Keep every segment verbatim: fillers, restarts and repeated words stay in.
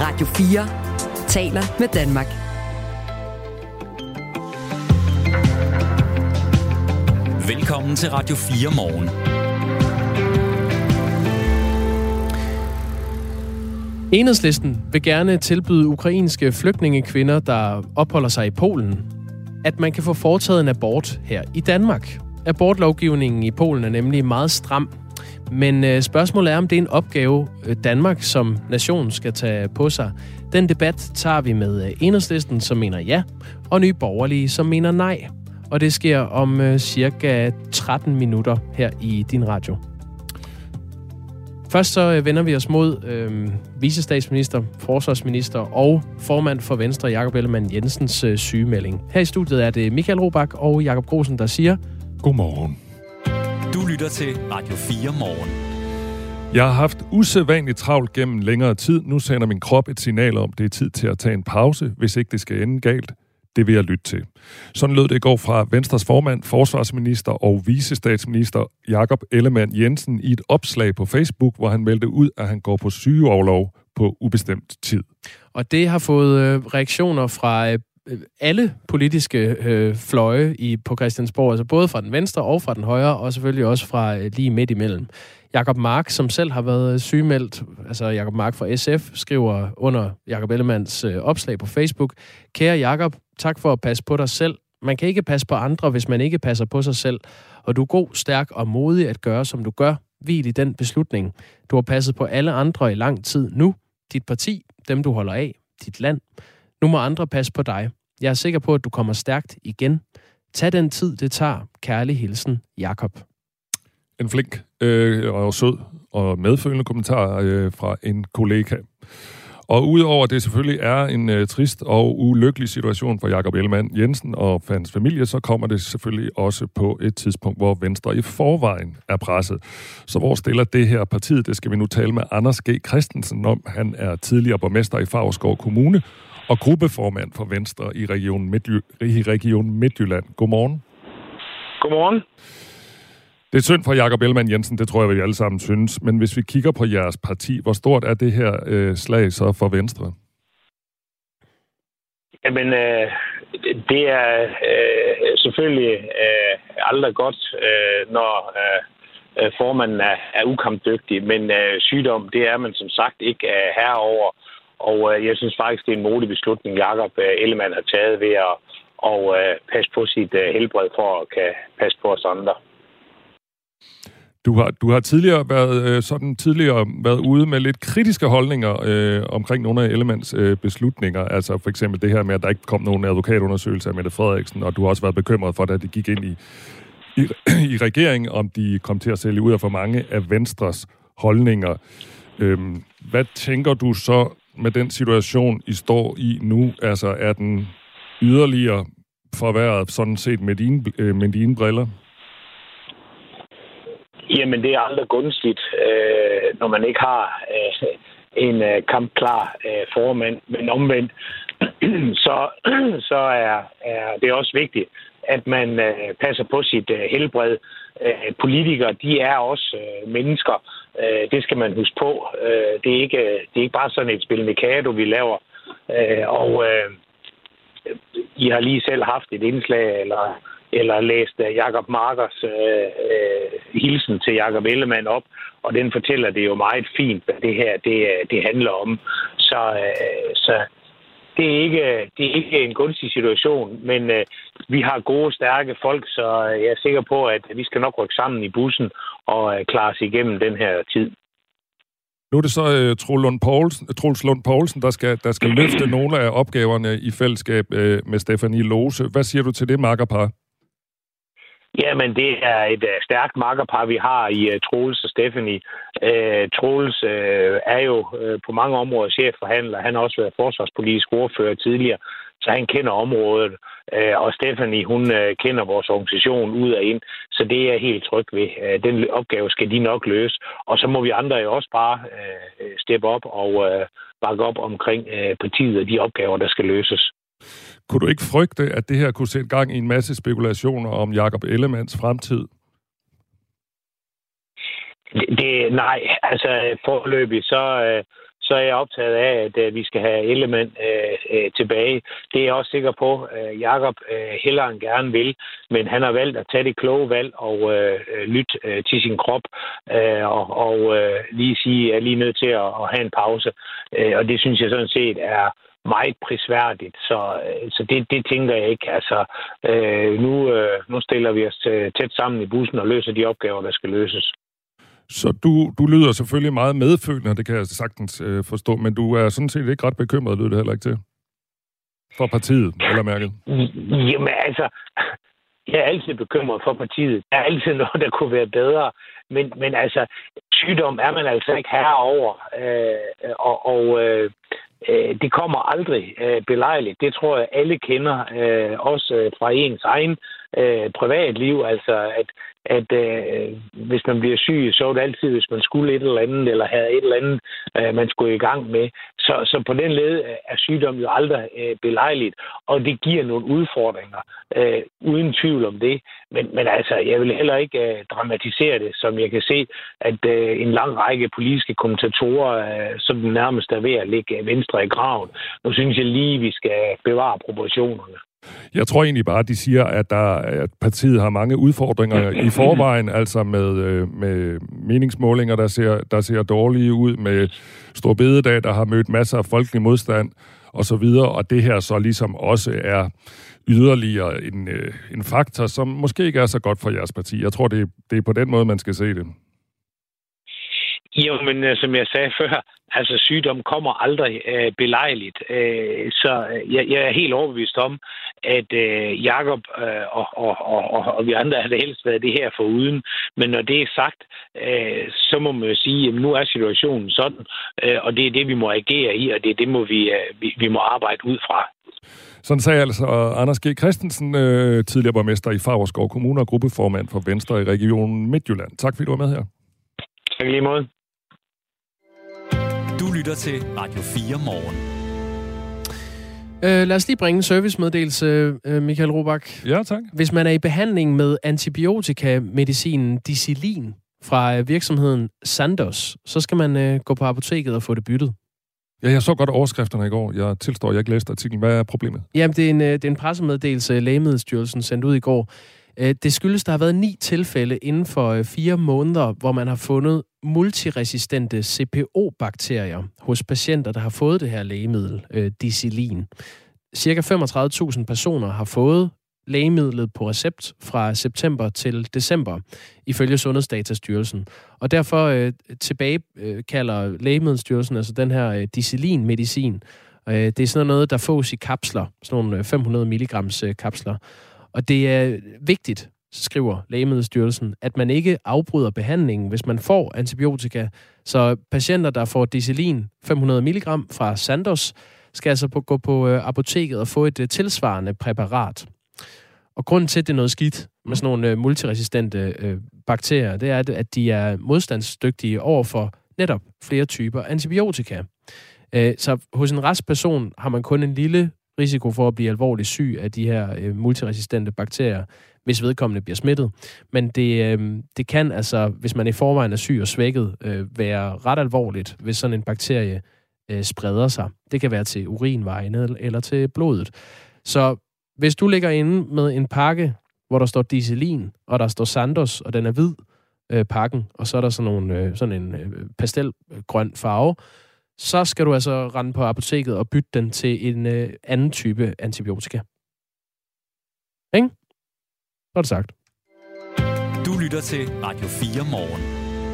Radio fire taler med Danmark. Velkommen til Radio fire morgen. Enhedslisten vil gerne tilbyde ukrainske flygtningekvinder, der opholder sig i Polen, at man kan få foretaget en abort her i Danmark. Abortlovgivningen i Polen er nemlig meget stram. Men spørgsmålet er, om det er en opgave, Danmark som nation skal tage på sig. Den debat tager vi med Enhedslisten, som mener ja, og Nye Borgerlige, som mener nej. Og det sker om cirka tretten minutter her i din radio. Først så vender vi os mod øh, vicestatsminister, forsvarsminister og formand for Venstre, Jakob Ellemann-Jensens øh, sygemelding. Her i studiet er det Michael Robach og Jakob Grosen, der siger: Godmorgen. Du lytter til Radio fire morgen. Jeg har haft usædvanligt travlt gennem længere tid. Nu sender min krop et signal om, det er tid til at tage en pause, hvis ikke det skal ende galt. Det vil jeg lytte til. Sådan lød det i går fra Venstres formand, forsvarsminister og vicestatsminister Jakob Ellemann-Jensen i et opslag på Facebook, hvor han meldte ud, at han går på sygeorlov på ubestemt tid. Og det har fået reaktioner fra alle politiske øh, fløje i, på Christiansborg, altså både fra den venstre og fra den højre, og selvfølgelig også fra øh, lige midt imellem. Jakob Mark, som selv har været sygemeldt, altså Jakob Mark fra S F, skriver under Jakob Ellemanns øh, opslag på Facebook: Kære Jakob, tak for at passe på dig selv. Man kan ikke passe på andre, hvis man ikke passer på sig selv. Og du er god, stærk og modig at gøre, som du gør. Hvil i den beslutning. Du har passet på alle andre i lang tid nu. Dit parti, dem du holder af, dit land. Nu må andre passe på dig. Jeg er sikker på, at du kommer stærkt igen. Tag den tid, det tager. Kærlig hilsen, Jakob. En flink øh, og sød og medfølende kommentar øh, fra en kollega. Og udover det selvfølgelig er en øh, trist og ulykkelig situation for Jakob Ellemann-Jensen og hans familie, så kommer det selvfølgelig også på et tidspunkt, hvor Venstre i forvejen er presset. Så hvor stiller det her partiet? Det skal vi nu tale med Anders G. Christensen om. Han er tidligere borgmester i Favrskov Kommune og gruppeformand for Venstre i Region, Midtjy- i Region Midtjylland. Godmorgen. Godmorgen. Det er synd for Jakob Ellemann-Jensen, det tror jeg, vi alle sammen synes. Men hvis vi kigger på jeres parti, hvor stort er det her øh, slag så for Venstre? Jamen, øh, det er øh, selvfølgelig øh, aldrig godt, øh, når øh, formanden er, er ukampdygtig. Men øh, sygdom, det er man som sagt ikke øh, herover. Og øh, jeg synes faktisk, det er en modig beslutning, Jakob øh, Ellemann har taget ved at og, øh, passe på sit øh, helbred for at kan passe på os andre. Du har, du har tidligere været øh, sådan tidligere været ude med lidt kritiske holdninger øh, omkring nogle af Ellemanns øh, beslutninger. Altså for eksempel det her med, at der ikke kom nogen advokatundersøgelse af Mette Frederiksen, og du har også været bekymret for, at de gik ind i, i, i regeringen, om de kom til at sælge ud af for mange af Venstres holdninger. Øhm, hvad tænker du så med den situation, I står i nu? Altså er den yderligere forværret sådan set med dine, øh, med dine briller? Jamen, det er aldrig gunstigt, øh, når man ikke har øh, en øh, kampklar øh, formand. Men omvendt, så, så er, er det også vigtigt, at man øh, passer på sit øh, helbred. Øh, politikere, de er også øh, mennesker. Øh, det skal man huske på. Øh, det, er ikke, det er ikke bare sådan et spil Mikado, vi laver. Øh, og øh, I har lige selv haft et indslag, eller... eller læst Jakob Markers øh, øh, hilsen til Jakob Ellemann op, og den fortæller det jo meget fint, hvad det her det, det handler om. Så, øh, så det, er ikke, det er ikke en gunstig situation, men øh, vi har gode, stærke folk, så jeg er sikker på, at vi skal nok rykke sammen i bussen og øh, klare os igennem den her tid. Nu er det så uh, Troels Lund Poulsen, Troels Lund Poulsen, der skal, der skal løfte nogle af opgaverne i fællesskab uh, med Stephanie Lose. Hvad siger du til det makkerpar? Jamen, det er et uh, stærkt makkerpar, vi har i uh, Troels og Stephanie. Uh, Troels uh, er jo uh, på mange områder chefforhandler. Han har også været forsvarspolitisk ordfører tidligere, så han kender området. Uh, og Stephanie, hun uh, kender vores organisation ud og ind, så det er jeg helt tryg ved. Uh, den opgave skal de nok løse. Og så må vi andre jo også bare uh, steppe op og uh, bakke op omkring uh, partiet og de opgaver, der skal løses. Kunne du ikke frygte, at det her kunne sætte gang i en masse spekulationer om Jakob Ellemanns fremtid? Det, nej, altså foreløbig, så, så er jeg optaget af, at øh, vi skal have Ellemann øh, øh, tilbage. Det er jeg også sikker på, at øh, Jakob øh, hellere end gerne vil, men han har valgt at tage det kloge valg og øh, lytte øh, til sin krop, øh, og, og øh, lige sige, at jeg er lige nødt til at, at have en pause. Øh, og det synes jeg sådan set er meget prisværdigt, så, så det, det tænker jeg ikke. Altså, øh, nu, øh, nu stiller vi os tæt sammen i bussen og løser de opgaver, der skal løses. Så du, du lyder selvfølgelig meget medfølende, det kan jeg sagtens øh, forstå, men du er sådan set ikke ret bekymret, lyder det heller ikke til? For partiet, eller mærket? Jamen altså, jeg er altid bekymret for partiet. Der er altid noget, der kunne være bedre, men, men altså, sygdom er man altså ikke herre over, øh, og, og øh, det kommer aldrig øh, belejligt. Det tror jeg, alle kender, øh, også øh, fra ens egen øh, privatliv. Altså, at, at øh, hvis man bliver syg, så er det altid, hvis man skulle et eller andet, eller havde et eller andet, øh, man skulle i gang med. Så, så på den led er sygdom jo aldrig øh, belejligt, og det giver nogle udfordringer, øh, uden tvivl om det. Men, men altså, jeg vil heller ikke øh, dramatisere det, som jeg kan se, at øh, en lang række politiske kommentatorer, øh, som den nærmest er ved at ligge venstre i graven. Nu synes jeg lige, vi skal bevare proportionerne. Jeg tror egentlig bare, at de siger, at, der, at partiet har mange udfordringer i forvejen, altså med, med meningsmålinger, der ser, der ser dårlige ud, med Store Bededag, der har mødt masser af folkelig modstand og så videre, og det her så ligesom også er yderligere en, en faktor, som måske ikke er så godt for jeres parti. Jeg tror, det er, det er på den måde, man skal se det. Jo, men uh, som jeg sagde før, altså sygdom kommer aldrig uh, belejligt. Uh, så uh, jeg, jeg er helt overbevist om, at uh, Jakob uh, og, og, og, og vi andre har det helst været det her foruden. Men når det er sagt, uh, så må man jo sige, at nu er situationen sådan, uh, og det er det, vi må agere i, og det er det, må vi, uh, vi, vi må arbejde ud fra. Sådan sagde altså Anders G. Christensen, uh, tidligere borgmester i Favrskov Kommune og gruppeformand for Venstre i Regionen Midtjylland. Tak fordi du var med her. Tak lige måde. Du lytter til Radio fire Morgen. Øh, lad os lige bringe en servicemeddelelse, øh, Michael Robach. Ja, tak. Hvis man er i behandling med antibiotikamedicinen Dicilin fra øh, virksomheden Sandoz, så skal man øh, gå på apoteket og få det byttet. Ja, jeg så godt overskrifterne i går. Jeg tilstår, at jeg ikke læste artiklen. Hvad er problemet? Jamen, det er en, øh, det er en pressemeddelelse, Lægemiddelstyrelsen sendte ud i går. Det skyldes, der har været ni tilfælde inden for fire måneder, hvor man har fundet multiresistente C P O-bakterier hos patienter, der har fået det her lægemiddel, øh, Dicilin. Cirka femogtredive tusind personer har fået lægemidlet på recept fra september til december, ifølge Sundhedsdatastyrelsen. Og derfor øh, tilbage øh, kalder Lægemiddelstyrelsen altså den her øh, Dicilin-medicin. Øh, det er sådan noget, der fås i kapsler, sådan nogle fem hundrede milligrams øh, kapsler. Og det er vigtigt, skriver Lægemiddelstyrelsen, at man ikke afbryder behandlingen, hvis man får antibiotika. Så patienter, der får Dicilin fem hundrede milligram fra Sandoz, skal altså på, gå på apoteket og få et tilsvarende præparat. Og grunden til, at det er noget skidt med sådan nogle multiresistente øh, bakterier, det er, at de er modstandsdygtige over for netop flere typer antibiotika. Øh, så hos en rask person har man kun en lille risiko for at blive alvorligt syg af de her øh, multiresistente bakterier, hvis vedkommende bliver smittet. Men det, øh, det kan altså, hvis man i forvejen er syg og svækket, øh, være ret alvorligt, hvis sådan en bakterie øh, spreder sig. Det kan være til urinvejene eller til blodet. Så hvis du ligger inde med en pakke, hvor der står Dicilin, og der står Sandoz, og den er hvid, øh, pakken, og så er der sådan, nogle, øh, sådan en øh, pastelgrøn farve, så skal du altså rende på apoteket og bytte den til en øh, anden type antibiotika. Ikke? Så er det sagt. Du lytter til Radio fire Morgen.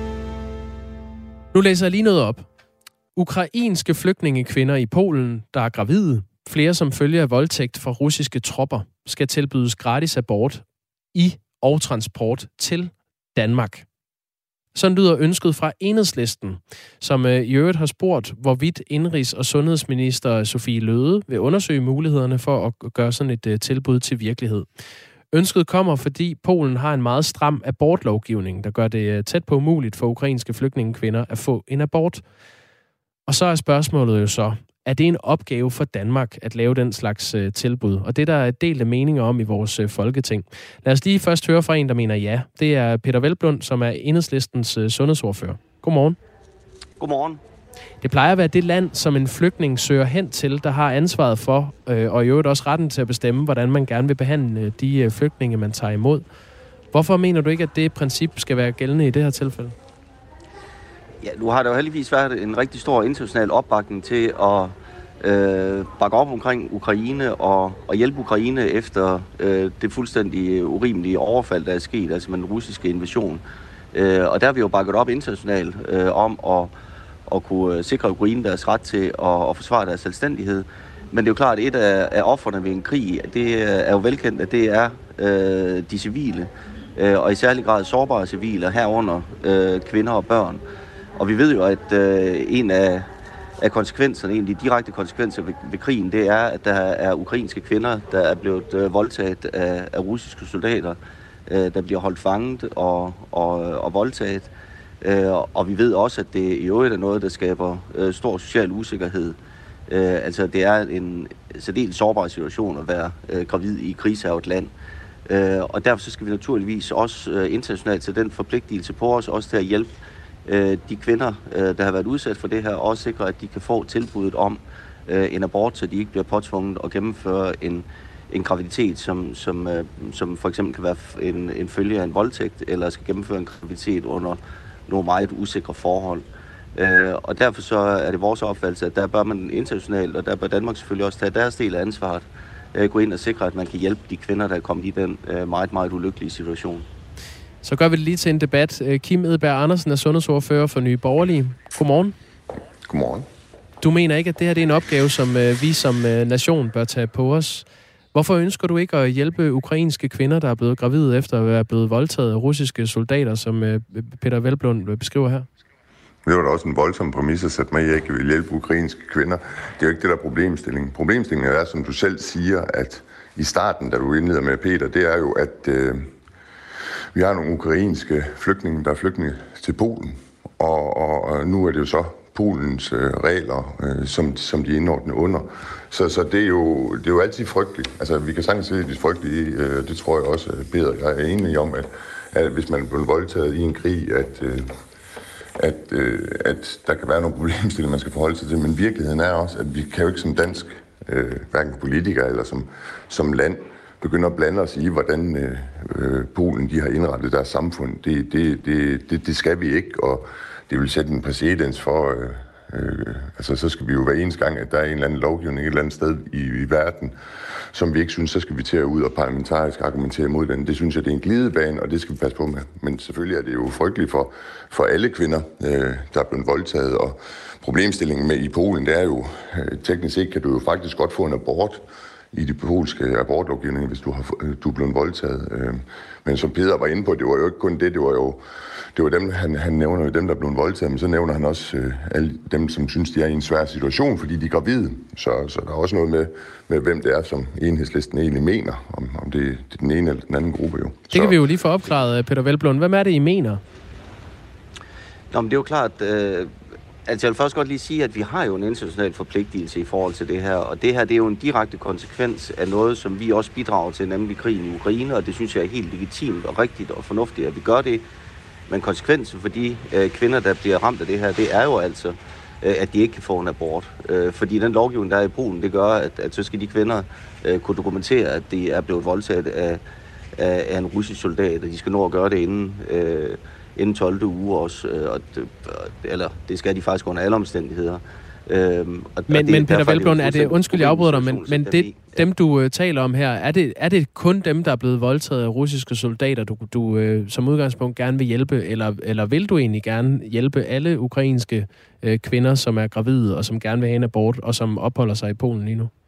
Nu læser jeg lige noget op. Ukrainske flygtningekvinder i Polen, der er gravide, flere som følge af voldtægt fra russiske tropper, skal tilbydes gratis abort i og transport til Danmark. Sådan lyder ønsket fra Enhedslisten, som øh, i øvrigt har spurgt, hvorvidt indrigs- og sundhedsminister Sofie Løhde vil undersøge mulighederne for at gøre sådan et øh, tilbud til virkelighed. Ønsket kommer, fordi Polen har en meget stram abortlovgivning, der gør det øh, tæt på umuligt for ukrainske flygtningekvinder at få en abort. Og så er spørgsmålet jo så, er det en opgave for Danmark at lave den slags øh, tilbud? Og det der er delte meninger om i vores øh, folketing. Lad os lige først høre fra en, der mener ja. Det er Peter Hvelplund, som er Enhedslistens øh, sundhedsordfører. Godmorgen. Godmorgen. Det plejer at være det land, som en flygtning søger hen til, der har ansvaret for, øh, og i øvrigt også retten til at bestemme, hvordan man gerne vil behandle de øh, flygtninge, man tager imod. Hvorfor mener du ikke, at det princip skal være gældende i det her tilfælde? Ja, nu har der jo heldigvis været en rigtig stor international opbakning til at øh, bakke op omkring Ukraine og, og hjælpe Ukraine efter øh, det fuldstændig urimelige overfald, der er sket, altså med den russiske invasion. Øh, og der har vi jo bakket op internationalt øh, om at, at kunne sikre Ukraine deres ret til at, at forsvare deres selvstændighed. Men det er jo klart, at et af, af offerne ved en krig, det er jo velkendt, at det er øh, de civile, øh, og i særlig grad sårbare civile, herunder øh, kvinder og børn. Og vi ved jo, at øh, en af, af konsekvenserne, en af de direkte konsekvenser ved, ved krigen, det er, at der er ukrainske kvinder, der er blevet øh, voldtaget af, af russiske soldater, øh, der bliver holdt fanget og, og, og voldtaget. Øh, og vi ved også, at det i øvrigt er noget, der skaber øh, stor social usikkerhed. Øh, altså, det er en særdeles sårbar situation at være øh, gravid i krigshærget land. Øh, og derfor så skal vi naturligvis også øh, internationalt til den forpligtelse på os, også til at hjælpe de kvinder, der har været udsat for det her, også sikre, at de kan få tilbuddet om en abort, så de ikke bliver påtvunget at gennemføre en, en graviditet, som, som, som for eksempel kan være en, en følge af en voldtægt, eller skal gennemføre en graviditet under nogle meget usikre forhold. Og derfor så er det vores opfattelse, at der bør man internationalt, og der bør Danmark selvfølgelig også tage deres del af ansvaret, gå ind og sikre, at man kan hjælpe de kvinder, der er kommet i den meget, meget ulykkelige situation. Så gør vi det lige til en debat. Kim Edberg Andersen er sundhedsordfører for Nye Borgerlige. Godmorgen. Godmorgen. Du mener ikke, at det her det er en opgave, som øh, vi som øh, nation bør tage på os. Hvorfor ønsker du ikke at hjælpe ukrainske kvinder, der er blevet gravide efter at være blevet voldtaget af russiske soldater, som øh, Peter Hvelplund beskriver her? Det var da også en voldsom præmis at sætte mig, at jeg ikke vil hjælpe ukrainske kvinder. Det er jo ikke det, der er problemstillingen. Problemstillingen er, som du selv siger, at i starten, da du indleder med Peter, det er jo, at øh, vi har nogle ukrainske flygtninge, der er flygtninge til Polen, og, og, og nu er det jo så Polens øh, regler, øh, som, som de er indordnet under. Så, så det, er jo, det er jo altid frygteligt. Altså, vi kan sagtens se, at det er frygteligt, øh, det tror jeg også, Peter jeg er enig om, at, at hvis man er blevet voldtaget i en krig, at, øh, at, øh, at der kan være nogle problemstillinger, man skal forholde sig til. Men virkeligheden er også, at vi kan jo ikke som dansk, øh, hverken politikere eller som, som land, begynder at blande os i, hvordan øh, Polen de har indrettet deres samfund. Det, det, det, det, det skal vi ikke, og det vil sætte en præcedens for, øh, øh, altså så skal vi jo hver eneste gang, at der er en eller anden lovgivning et eller andet sted i, i verden, som vi ikke synes, så skal vi til at ud og parlamentarisk argumentere imod den. Det synes jeg, det er en glidebane, og det skal vi passe på med. Men selvfølgelig er det jo frygteligt for, for alle kvinder, øh, der er blevet voldtaget, og problemstillingen med i Polen, det er jo, øh, teknisk set kan du jo faktisk godt få en abort i de polske abortlovgivninger, hvis du har du er blevet voldtaget. Men som Peter var inde på, det var jo ikke kun det, det var jo det var dem, han, han nævner jo dem, der er blevet voldtaget, men så nævner han også øh, alle dem, som synes, de er i en svær situation, fordi de er gravide. Så, så der er også noget med, med, hvem det er, som Enhedslisten egentlig mener, om, om det, det er den ene eller den anden gruppe. Jo. Det så kan vi jo lige få opklaret, Peter Hvelplund. Hvem er det, I mener? Nå, men det er jo klart, øh, altså jeg vil først godt lige sige, at vi har jo en international forpligtelse i forhold til det her, og det her det er jo en direkte konsekvens af noget, som vi også bidrager til, nemlig krigen i Ukraine, og det synes jeg er helt legitimt og rigtigt og fornuftigt, at vi gør det. Men konsekvensen for de øh, kvinder, der bliver ramt af det her, det er jo altså, øh, at de ikke kan få en abort. Øh, fordi den lovgivning, der er i Polen, det gør, at, at så skal de kvinder øh, kunne dokumentere, at de er blevet voldtaget af, af, af en russisk soldat, og de skal nå at gøre det inden, øh, inden tolvte uge også. Øh, og det, eller det skal de faktisk under alle omstændigheder. Øhm, og, men, og det, men Peter Hvelplund, er det, undskyld jeg afbryder dig, men, men det, ja. dem du uh, taler om her, er det, er det kun dem, der er blevet voldtaget af russiske soldater, du, du uh, som udgangspunkt gerne vil hjælpe, eller, eller vil du egentlig gerne hjælpe alle ukrainske uh, kvinder, som er gravide og som gerne vil have en abort, og som opholder sig i Polen lige nu?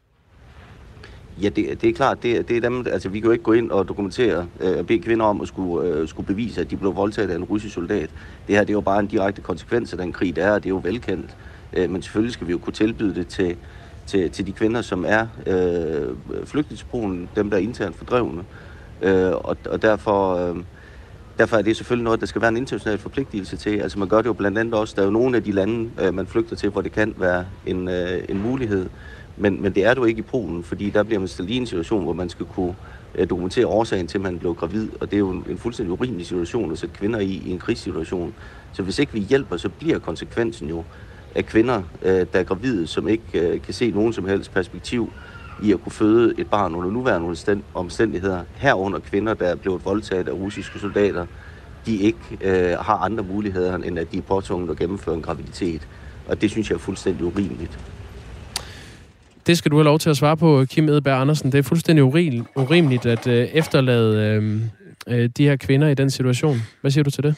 Ja, det, det er klart, det, det er dem, altså vi kan jo ikke gå ind og dokumentere og øh, bede kvinder om at skulle, øh, skulle bevise, at de blev voldtaget af en russisk soldat. Det her, det er jo bare en direkte konsekvens af den krig, der er, og det er jo velkendt. Øh, men selvfølgelig skal vi jo kunne tilbyde det til, til, til de kvinder, som er øh, flygtet til Polen, dem der er internt fordrevne. Øh, og, og derfor, øh, derfor er det selvfølgelig noget, der skal være en international forpligtelse til. Altså man gør det jo blandt andet også, der er jo nogle af de lande, øh, man flygter til, hvor det kan være en, øh, en mulighed. Men, men det er du ikke i Polen, fordi der bliver man stillet i en situation, hvor man skal kunne øh, dokumentere årsagen til, at man blev gravid. Og det er jo en, en fuldstændig urimelig situation at sætte kvinder i, i en krigssituation. Så hvis ikke vi hjælper, så bliver konsekvensen jo, af kvinder, øh, der er gravide, som ikke øh, kan se nogen som helst perspektiv i at kunne føde et barn under nuværende omstændigheder. Herunder kvinder, der er blevet voldtaget af russiske soldater, de ikke øh, har andre muligheder, end at de er påtvunget at gennemføre en graviditet. Og det synes jeg er fuldstændig urimeligt. Det skal du have lov til at svare på, Kim Edberg Andersen. Det er fuldstændig urimeligt at øh, efterlade øh, øh, de her kvinder i den situation. Hvad siger du til det?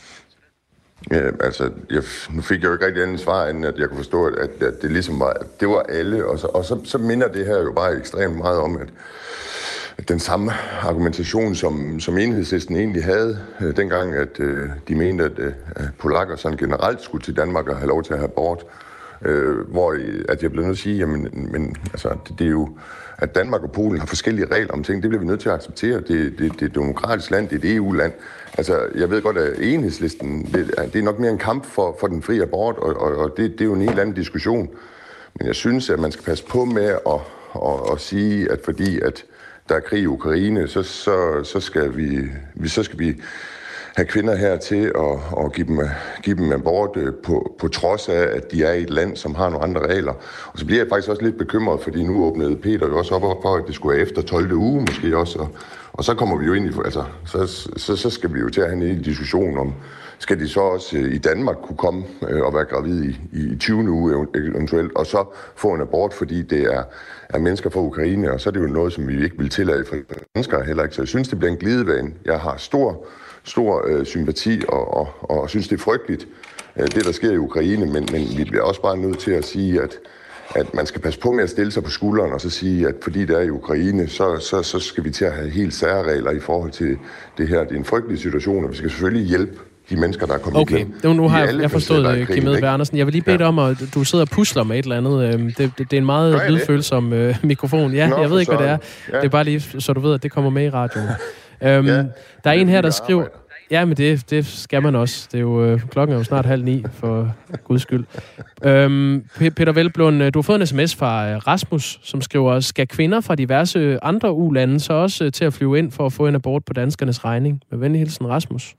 Ja, altså, jeg, nu fik jeg jo ikke rigtig andet svar, end at jeg kunne forstå, at, at det ligesom var, det var alle, og, så, og så, så minder det her jo bare ekstremt meget om, at, at den samme argumentation, som, som Enhedslisten egentlig havde, øh, dengang, at øh, de mente, at øh, polakker sådan generelt skulle til Danmark og have lov til at have abort, øh, hvor at jeg blev nødt til at sige, jamen, men, altså, det, det er jo, at Danmark og Polen har forskellige regler om ting, det bliver vi nødt til at acceptere. Det, det, det er et demokratisk land, det er et E U-land. Altså, jeg ved godt, at Enhedslisten, det, det er nok mere en kamp for, for den frie abort, og, og, og det, det er jo en helt anden diskussion. Men jeg synes, at man skal passe på med at, at, at sige, at fordi at der er krig i Ukraine, så, så, så, skal, vi, så skal vi have kvinder her til at, at give, dem, give dem abort på, på trods af, at de er i et land, som har nogle andre regler. Og så bliver jeg faktisk også lidt bekymret, fordi nu åbnede Peter jo også op for, at det skulle være efter tolvte uge måske også. Og, og så kommer vi jo ind i, altså, så, så, så skal vi jo til at have en diskussion om, skal de så også i Danmark kunne komme og være gravide i, i tyvende uge eventuelt, og så få en abort, fordi det er, er mennesker fra Ukraine, og så er det jo noget, som vi ikke vil tillade for mennesker heller ikke. Så jeg synes, det bliver en glidebane. Jeg har stor stor øh, sympati og, og, og synes, det er frygteligt, øh, det der sker i Ukraine, men, men vi bliver også bare nødt til at sige, at, at man skal passe på med at stille sig på skulderen og så sige, at fordi det er i Ukraine, så, så, så skal vi til at have helt særregler i forhold til det her. Det er en frygtelig situation, og vi skal selvfølgelig hjælpe de mennesker, der er kommet okay. igennem. Okay, nu har jeg, jeg forstået, Kim Edberg Andersen. Jeg vil lige bede dig ja. om, at du sidder og pusler med et eller andet. Det, det, det er en meget lydfølsom øh, mikrofon. Ja, Nå, jeg ved ikke, hvad det er. Ja. Det er bare lige, så du ved, at det kommer med i radioen. Øhm, ja, der er en her, der skriver... Ja, men det, det skal man også. Det er jo, øh, klokken er jo snart halv ni, for guds skyld. Øhm, Peter Velblund, du har fået en sms fra øh, Rasmus, som skriver, skal kvinder fra diverse andre u-lande så også øh, til at flyve ind for at få en abort på danskernes regning? Med venlig hilsen, Rasmus.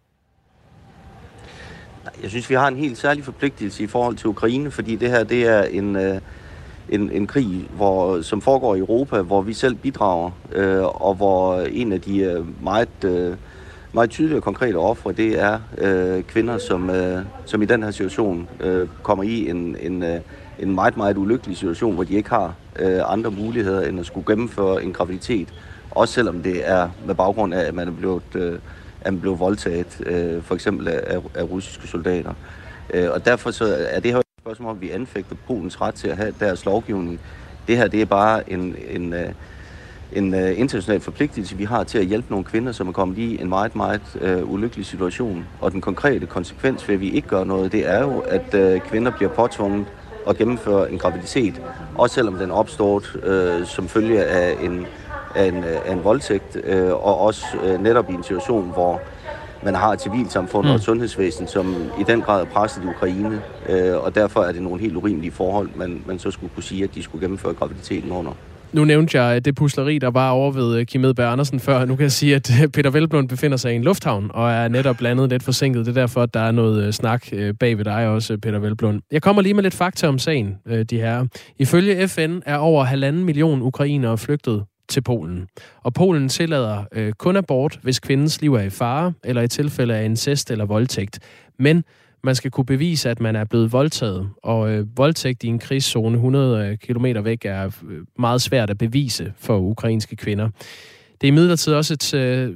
Jeg synes, vi har en helt særlig forpligtelse i forhold til Ukraine, fordi det her, det er en... Øh En, en krig, hvor, som foregår i Europa, hvor vi selv bidrager, øh, og hvor en af de øh, meget, øh, meget tydelige og konkrete ofre, det er øh, kvinder, som, øh, som i den her situation øh, kommer i en, en, øh, en meget, meget ulykkelig situation, hvor de ikke har øh, andre muligheder end at skulle gennemføre en graviditet, også selvom det er med baggrund af, at man er blevet, øh, at man blevet voldtaget, øh, for eksempel af, af russiske soldater. Øh, og derfor så er det her spørgsmål om, vi anfægter Polens ret til at have deres lovgivning. Det her, det er bare en, en, en, en international forpligtelse, vi har til at hjælpe nogle kvinder, som er kommet i en meget, meget uh, ulykkelig situation. Og den konkrete konsekvens ved, at vi ikke gør noget, det er jo, at uh, kvinder bliver påtvunget at gennemføre en graviditet, også selvom den opstår uh, som følge af en, af en, af en voldtægt, uh, og også uh, netop i en situation, hvor man har et civilsamfund og et sundhedsvæsen, som i den grad er presset i Ukraine, øh, og derfor er det nogle helt urimelige forhold, man, man så skulle kunne sige, at de skulle gennemføre graviditeten under. Nu nævnte jeg det pusleri, der var over ved Kim Edberg Andersen før. Nu kan jeg sige, at Peter Velblund befinder sig i en lufthavn og er netop landet lidt forsinket. Det er derfor, at der er noget snak bag ved dig også, Peter Velblund. Jeg kommer lige med lidt fakta om sagen, de her. Ifølge F N er over halvanden million ukrainere flygtet til Polen. Og Polen tillader øh, kun abort, hvis kvindens liv er i fare, eller i tilfælde af incest eller voldtægt. Men man skal kunne bevise, at man er blevet voldtaget, og øh, voldtægt i en krigszone hundrede kilometer væk er øh, meget svært at bevise for ukrainske kvinder. Det er imidlertid også et... Øh,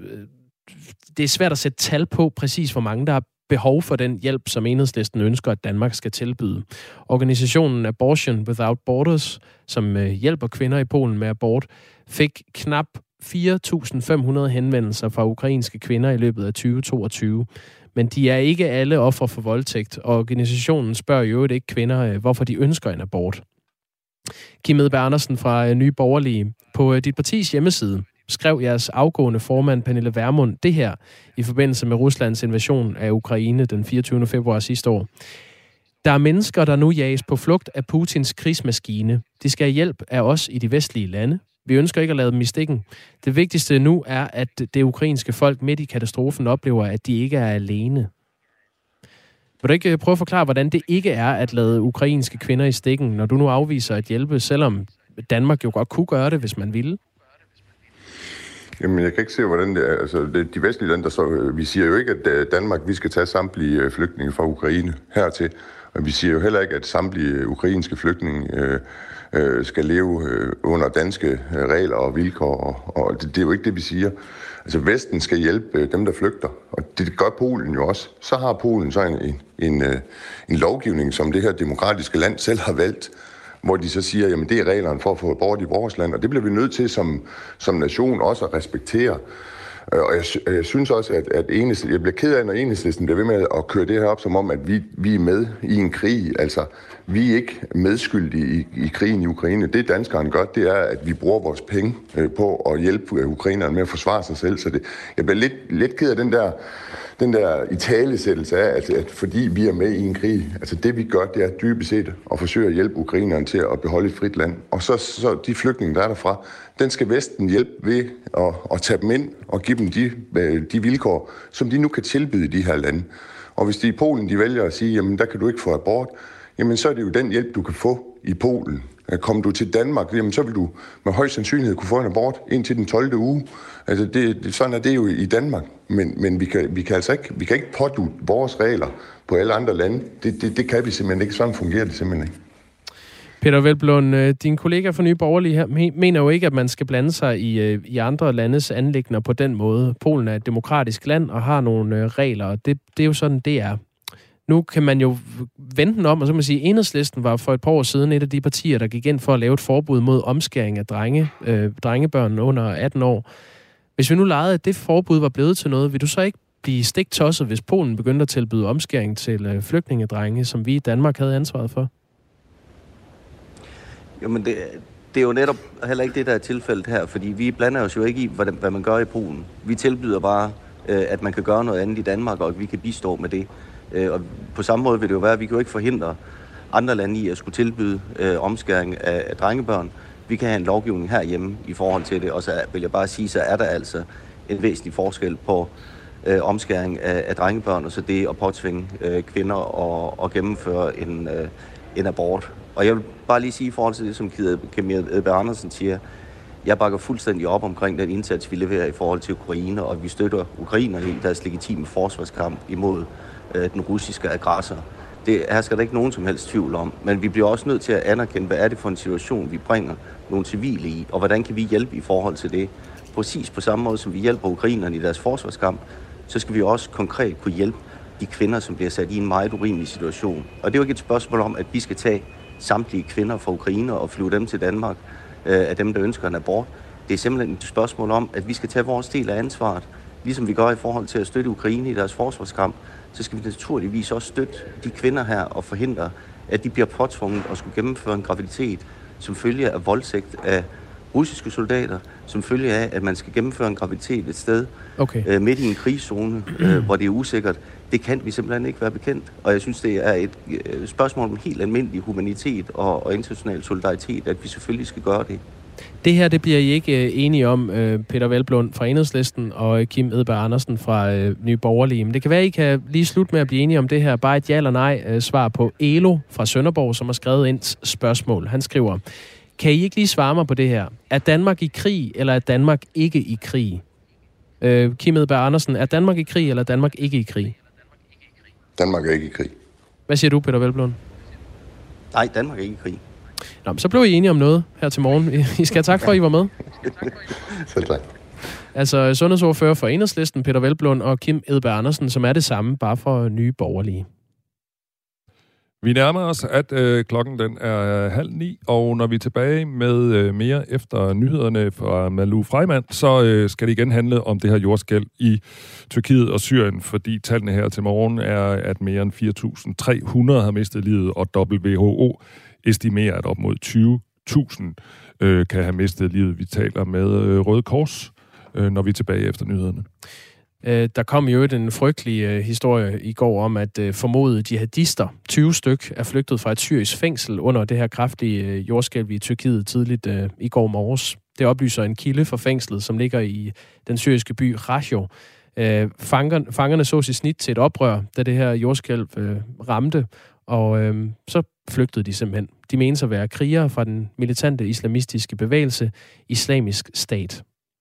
det er svært at sætte tal på præcis, hvor mange der har behov for den hjælp, som Enhedslisten ønsker, at Danmark skal tilbyde. Organisationen Abortion Without Borders, som øh, hjælper kvinder i Polen med abort, fik knap fire tusind fem hundrede henvendelser fra ukrainske kvinder i løbet af tyve toogtyve. Men de er ikke alle ofre for voldtægt, og organisationen spørger jo ikke kvinder, hvorfor de ønsker en abort. Kim Edberg Andersen fra Nye Borgerlige. På dit partis hjemmeside skrev jeres afgående formand Pernille Vermund det her i forbindelse med Ruslands invasion af Ukraine den fireogtyvende februar sidste år. Der er mennesker, der nu jages på flugt af Putins krigsmaskine. De skal have hjælp af os i de vestlige lande. Vi ønsker ikke at lade dem i stikken. Det vigtigste nu er, at det ukrainske folk midt i katastrofen oplever, at de ikke er alene. Vil du ikke prøve at forklare, hvordan det ikke er at lade ukrainske kvinder i stikken, når du nu afviser at hjælpe, selvom Danmark jo godt kunne gøre det, hvis man ville? Jamen, jeg kan ikke se, hvordan det er. Altså, det, de vestlige lande, der så, vi siger jo ikke, at Danmark, vi skal tage samtlige flygtninge fra Ukraine hertil. Og vi siger jo heller ikke, at samtlige ukrainske flygtninge øh, øh, skal leve øh, under danske regler og vilkår. Og, og det, det er jo ikke det, vi siger. Altså, Vesten skal hjælpe dem, der flygter. Og det gør Polen jo også. Så har Polen så en, en, en, en lovgivning, som det her demokratiske land selv har valgt, hvor de så siger, jamen det er reglerne for at få abort i vores land, og det bliver vi nødt til som, som nation også at respektere. Og jeg, jeg synes også, at, at Enhedslisten, jeg bliver ked af, når Enhedslisten bliver ved med at køre det her op, som om, at vi, vi er med i en krig. Altså, vi er ikke medskyldige i, i krigen i Ukraine. Det danskerne gør, det er, at vi bruger vores penge øh, på at hjælpe ukrainerne med at forsvare sig selv. Så det, jeg bliver lidt, lidt ked af den der, den der italesættelse af, at, at fordi vi er med i en krig, altså det vi gør, det er dybest set at forsøge at hjælpe ukrainerne til at beholde et frit land. Og så, så de flygtninge, der er derfra, den skal Vesten hjælpe ved at, at tage dem ind og give dem de, de vilkår, som de nu kan tilbyde i de her lande. Og hvis de i Polen, de vælger at sige, jamen der kan du ikke få abort, jamen så er det jo den hjælp, du kan få i Polen. Kommer du til Danmark, jamen så vil du med høj sandsynlighed kunne få en abort indtil den tolvte uge. Altså det, det, sådan er det jo i Danmark. Men, men vi, kan, vi, kan altså ikke, vi kan ikke pådutte vores regler på alle andre lande. Det, det, det kan vi simpelthen ikke. Sådan fungerer det simpelthen ikke. Peder Hvelplund, din kollega fra Nye Borgerlige her, mener jo ikke, at man skal blande sig i, i andre landes anliggender på den måde. Polen er et demokratisk land og har nogle regler, og det, det er jo sådan, det er. Nu kan man jo vende den om, og så kan man sige, at Enhedslisten var for et par år siden et af de partier, der gik ind for at lave et forbud mod omskæring af drenge, øh, drengebørn under atten år. Hvis vi nu legede, at det forbud var blevet til noget, vil du så ikke blive stiktosset, hvis Polen begyndte at tilbyde omskæring til øh, flygtningedrenge, som vi i Danmark havde ansvaret for? Jamen, det, det er jo netop heller ikke det, der er tilfældet her, fordi vi blander os jo ikke i, hvad, hvad man gør i Polen. Vi tilbyder bare, øh, at man kan gøre noget andet i Danmark, og at vi kan bistå med det. Øh, og på samme måde vil det jo være, at vi kan jo ikke forhindre andre lande i at skulle tilbyde øh, omskæring af, af drengebørn. Vi kan have en lovgivning herhjemme i forhold til det, og så vil jeg bare sige, så er der altså en væsentlig forskel på øh, omskæring af, af drengebørn, og så det at påtvinge øh, kvinder og, og gennemføre en, øh, en abort. Og jeg vil bare lige sige i forhold til det, som Kim Edberg Andersen siger, jeg bakker fuldstændig op omkring den indsats, vi leverer i forhold til Ukraine, og vi støtter ukrainerne i deres legitime forsvarskamp imod øh, den russiske aggressor. Det hersker der ikke nogen som helst tvivl om, men vi bliver også nødt til at anerkende, hvad er det for en situation, vi bringer nogle civile i, og hvordan kan vi hjælpe i forhold til det. Præcis på samme måde, som vi hjælper ukrainerne i deres forsvarskamp, så skal vi også konkret kunne hjælpe de kvinder, som bliver sat i en meget urimelig situation. Og det er jo ikke et spørgsmål om, at vi skal tage samtlige kvinder fra Ukraine og flyve dem til Danmark, øh, af dem, der ønsker en abort. Det er simpelthen et spørgsmål om, at vi skal tage vores del af ansvaret, ligesom vi gør i forhold til at støtte Ukraine i deres forsvarskamp. Så skal vi naturligvis også støtte de kvinder her og forhindre, at de bliver påtvunget og skulle gennemføre en graviditet, som følge af voldtægt af russiske soldater, som følge af, at man skal gennemføre en graviditet et sted okay. øh, midt i en krigszone, øh, hvor det er usikkert. Det kan vi simpelthen ikke være bekendt. Og jeg synes, det er et øh, spørgsmål om helt almindelig humanitet og, og international solidaritet, at vi selvfølgelig skal gøre det. Det her, det bliver I ikke enige om, Peder Hvelplund fra Enhedslisten og Kim Edberg Andersen fra Nye Borgerlige. Men det kan være, I kan lige slutte med at blive enige om det her. Bare et ja eller nej svar på Elo fra Sønderborg, som har skrevet ind spørgsmål. Han skriver, kan I ikke lige svare mig på det her? Er Danmark i krig, eller er Danmark ikke i krig? Øh, Kim Edberg Andersen, er Danmark i krig, eller er Danmark ikke i krig? Danmark er ikke i krig. Hvad siger du, Peder Hvelplund? Nej, Danmark er ikke i krig. Nå, så blev I enige om noget her til morgen. I skal have tak for, at I var med. Selv tak. Altså sundhedsordfører for Enhedslisten, Peder Hvelplund, og Kim Edberg Andersen, som er det samme, bare for Nye Borgerlige. Vi nærmer os, at øh, klokken den er halv ni, og når vi er tilbage med øh, mere efter nyhederne fra Malou Freimann, så øh, skal det igen handle om det her jordskælv i Tyrkiet og Syrien, fordi tallene her til morgen er, at mere end fire tusind tre hundrede har mistet livet, og W H O estimerer, at op mod tyve tusind øh, kan have mistet livet. Vi taler med øh, Røde Kors, øh, når vi er tilbage efter nyhederne. Der kom jo en frygtelig øh, historie i går om, at øh, formodede jihadister, tyve styk, er flygtet fra et syrisk fængsel under det her kraftige øh, jordskælv i Tyrkiet tidligt øh, i går morges. Det oplyser en kilde for fængslet, som ligger i den syriske by Raqqa. Øh, fangerne, fangerne sås i snit til et oprør, da det her jordskælv øh, ramte, og øh, så flygtede de simpelthen. De menes at være krigere fra den militante islamistiske bevægelse Islamisk Stat.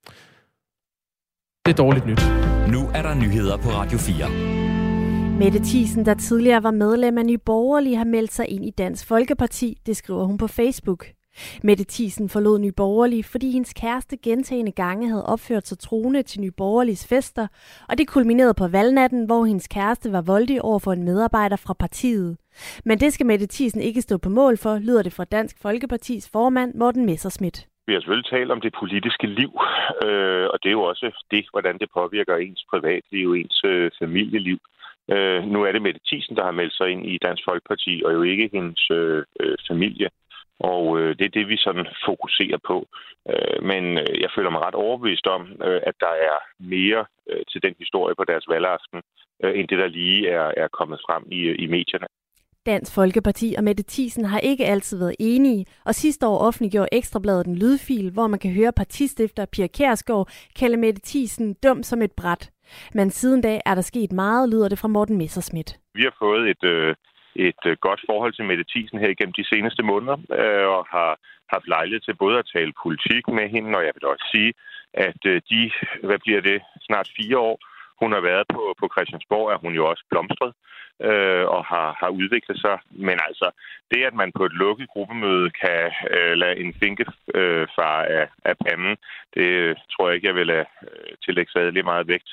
Det er dårligt nyt. Nu er der nyheder på Radio fire. Mette Thiesen, der tidligere var medlem af Nye Borgerlige, har meldt sig ind i Dansk Folkeparti. Det skriver hun på Facebook. Mette Thiesen forlod Nye Borgerlige, fordi hendes kæreste gentagne gange havde opført sig truende til Nye Borgerliges fester, og det kulminerede på valgnatten, hvor hendes kæreste var voldelig over for en medarbejder fra partiet. Men det skal Mette Thiesen ikke stå på mål for, lyder det fra Dansk Folkepartis formand Morten Messerschmidt. Vi har selvfølgelig talt om det politiske liv, øh, og det er jo også det, hvordan det påvirker ens privatliv, ens øh, familieliv. Øh, nu er det Mette Thiesen, der har meldt sig ind i Dansk Folkeparti, og jo ikke hendes øh, familie. Og øh, det er det, vi sådan fokuserer på. Øh, men øh, jeg føler mig ret overbevist om, øh, at der er mere øh, til den historie på deres valgaften, øh, end det, der lige er, er kommet frem i, i medierne. Dansk Folkeparti og Mette Thiesen har ikke altid været enige, og sidste år offentliggjorde Ekstrabladet en lydfil, hvor man kan høre partistifter Pia Kjærsgaard kalde Mette Thiesen dum som et bræt. Men siden da er der sket meget, lyder det fra Morten Messerschmidt. Vi har fået et, øh, et godt forhold til Mette Thiesen her igennem de seneste måneder, øh, og har haft lejlighed til både at tale politik med hende, og jeg vil også sige, at øh, de, hvad bliver det, snart fire år, hun har været på, på Christiansborg, er hun jo også blomstret øh, og har, har udviklet sig. Men altså, det at man på et lukket gruppemøde kan øh, lade en finkefar øh, af, af panden, det tror jeg ikke, jeg vil lade øh, tillægge særlig meget vægt.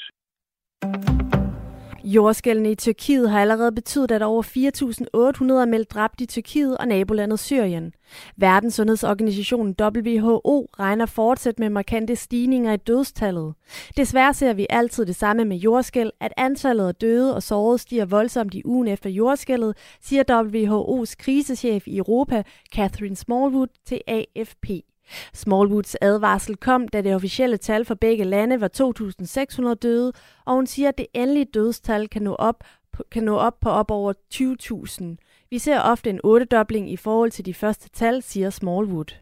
Jordskælvene i Tyrkiet har allerede betydet, at over fire tusind otte hundrede er meldt dræbt i Tyrkiet og nabolandet Syrien. Verdenssundhedsorganisationen W H O regner fortsat med markante stigninger i dødstallet. Desværre ser vi altid det samme med jordskælv, at antallet af døde og sårede stiger voldsomt i ugen efter jordskælvet, siger W H O's krisechef i Europa, Catherine Smallwood, til A F P. Smallwoods advarsel kom, da det officielle tal for begge lande var to tusind seks hundrede døde, og hun siger, at det endelige dødstal kan nå op, kan nå op på op over tyve tusind. Vi ser ofte en ottedobling i forhold til de første tal, siger Smallwood.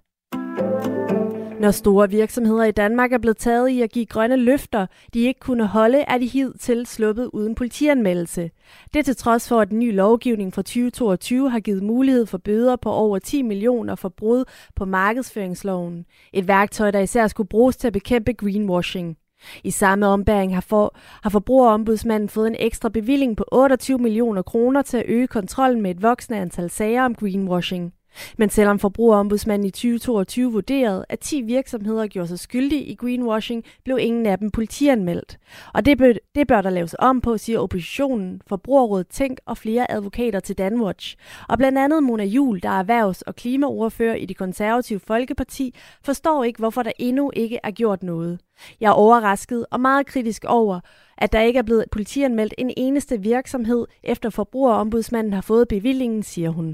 Når store virksomheder i Danmark er blevet taget i at give grønne løfter, de ikke kunne holde, er de hidtil sluppet uden politianmeldelse. Det til trods for, at den nye lovgivning fra tyve toogtyve har givet mulighed for bøder på over ti millioner for brud på markedsføringsloven. Et værktøj, der især skulle bruges til at bekæmpe greenwashing. I samme ombæring har, for, har Forbrugerombudsmanden fået en ekstra bevilling på otteogtyve millioner kroner til at øge kontrollen med et voksende antal sager om greenwashing. Men selvom Forbrugerombudsmanden i tyve toogtyve vurderede, at ti virksomheder gjorde sig skyldige i greenwashing, blev ingen af dem politianmeldt. Og det bør, det bør der laves om på, siger oppositionen, Forbrugerrådet Tænk og flere advokater til Danwatch. Og blandt andet Mona Juhl, der er erhvervs- og klimaordfører i Det Konservative Folkeparti, forstår ikke, hvorfor der endnu ikke er gjort noget. Jeg er overrasket og meget kritisk over, at der ikke er blevet politianmeldt en eneste virksomhed, efter Forbrugerombudsmanden har fået bevillingen, siger hun.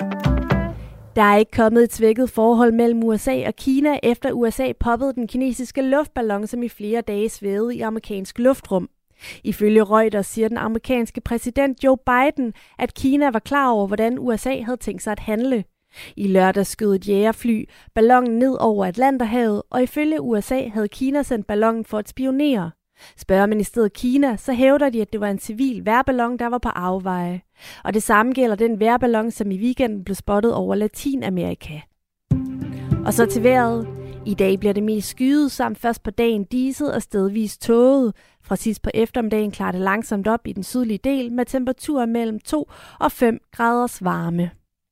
Der er ikke kommet et svækket forhold mellem U S A og Kina, efter U S A poppede den kinesiske luftballon, som i flere dage svævede i amerikansk luftrum. Ifølge Reuters siger den amerikanske præsident Joe Biden, at Kina var klar over, hvordan U S A havde tænkt sig at handle. I lørdag skød et jægerfly ballonen ned over Atlanterhavet, og ifølge U S A havde Kina sendt ballonen for at spionere. Spørger man i stedet Kina, så hævder de, at det var en civil vejrballon, der var på afveje. Og det samme gælder den vejrballon, som i weekenden blev spottet over Latinamerika. Og så til vejret. I dag bliver det mest skyet, samt først på dagen diset og stedvis tåget. Fra sidst på eftermiddagen klarer det langsomt op i den sydlige del med temperaturer mellem to og fem graders varme.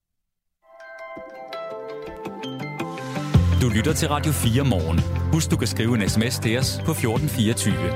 Du lytter til Radio fire morgen. Husk, du kan skrive en sms til os på fjorten fireogtyve.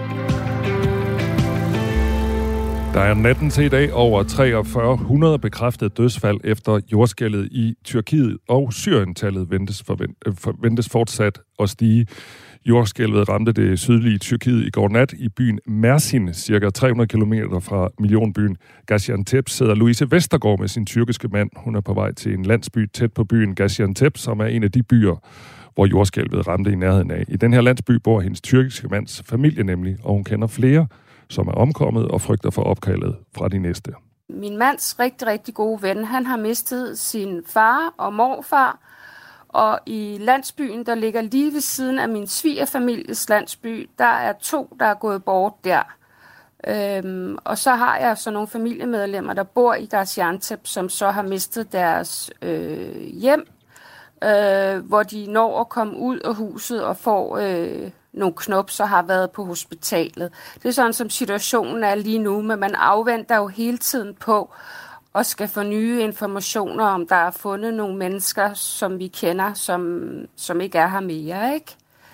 Der er natten til i dag over treogfyrre hundrede bekræftede dødsfald efter jordskælvet i Tyrkiet, og Syrien-tallet ventes, forvent, forventes fortsat at stige. Jordskælvet ramte det sydlige Tyrkiet i går nat i byen Mersin, cirka tre hundrede kilometer fra millionbyen Gaziantep, sidder Louise Vestergaard med sin tyrkiske mand. Hun er på vej til en landsby tæt på byen Gaziantep, som er en af de byer, hvor jordskælvet ramte i nærheden af. I den her landsby bor hendes tyrkiske mands familie nemlig, og hun kender flere, som er omkommet og frygter for opkaldet fra de næste. Min mands rigtig, rigtig gode ven, han har mistet sin far og morfar, og i landsbyen, der ligger lige ved siden af min svigerfamilies landsby, der er to, der er gået bort der. Øhm, og så har jeg så nogle familiemedlemmer, der bor i Gaziantep, som så har mistet deres øh, hjem, øh, hvor de når at komme ud af huset og får øh, nogle knops og har været på hospitalet. Det er sådan, som situationen er lige nu, men man afventer jo hele tiden på og skal få nye informationer, om der er fundet nogle mennesker, som vi kender, som, som ikke er her mere, ikke?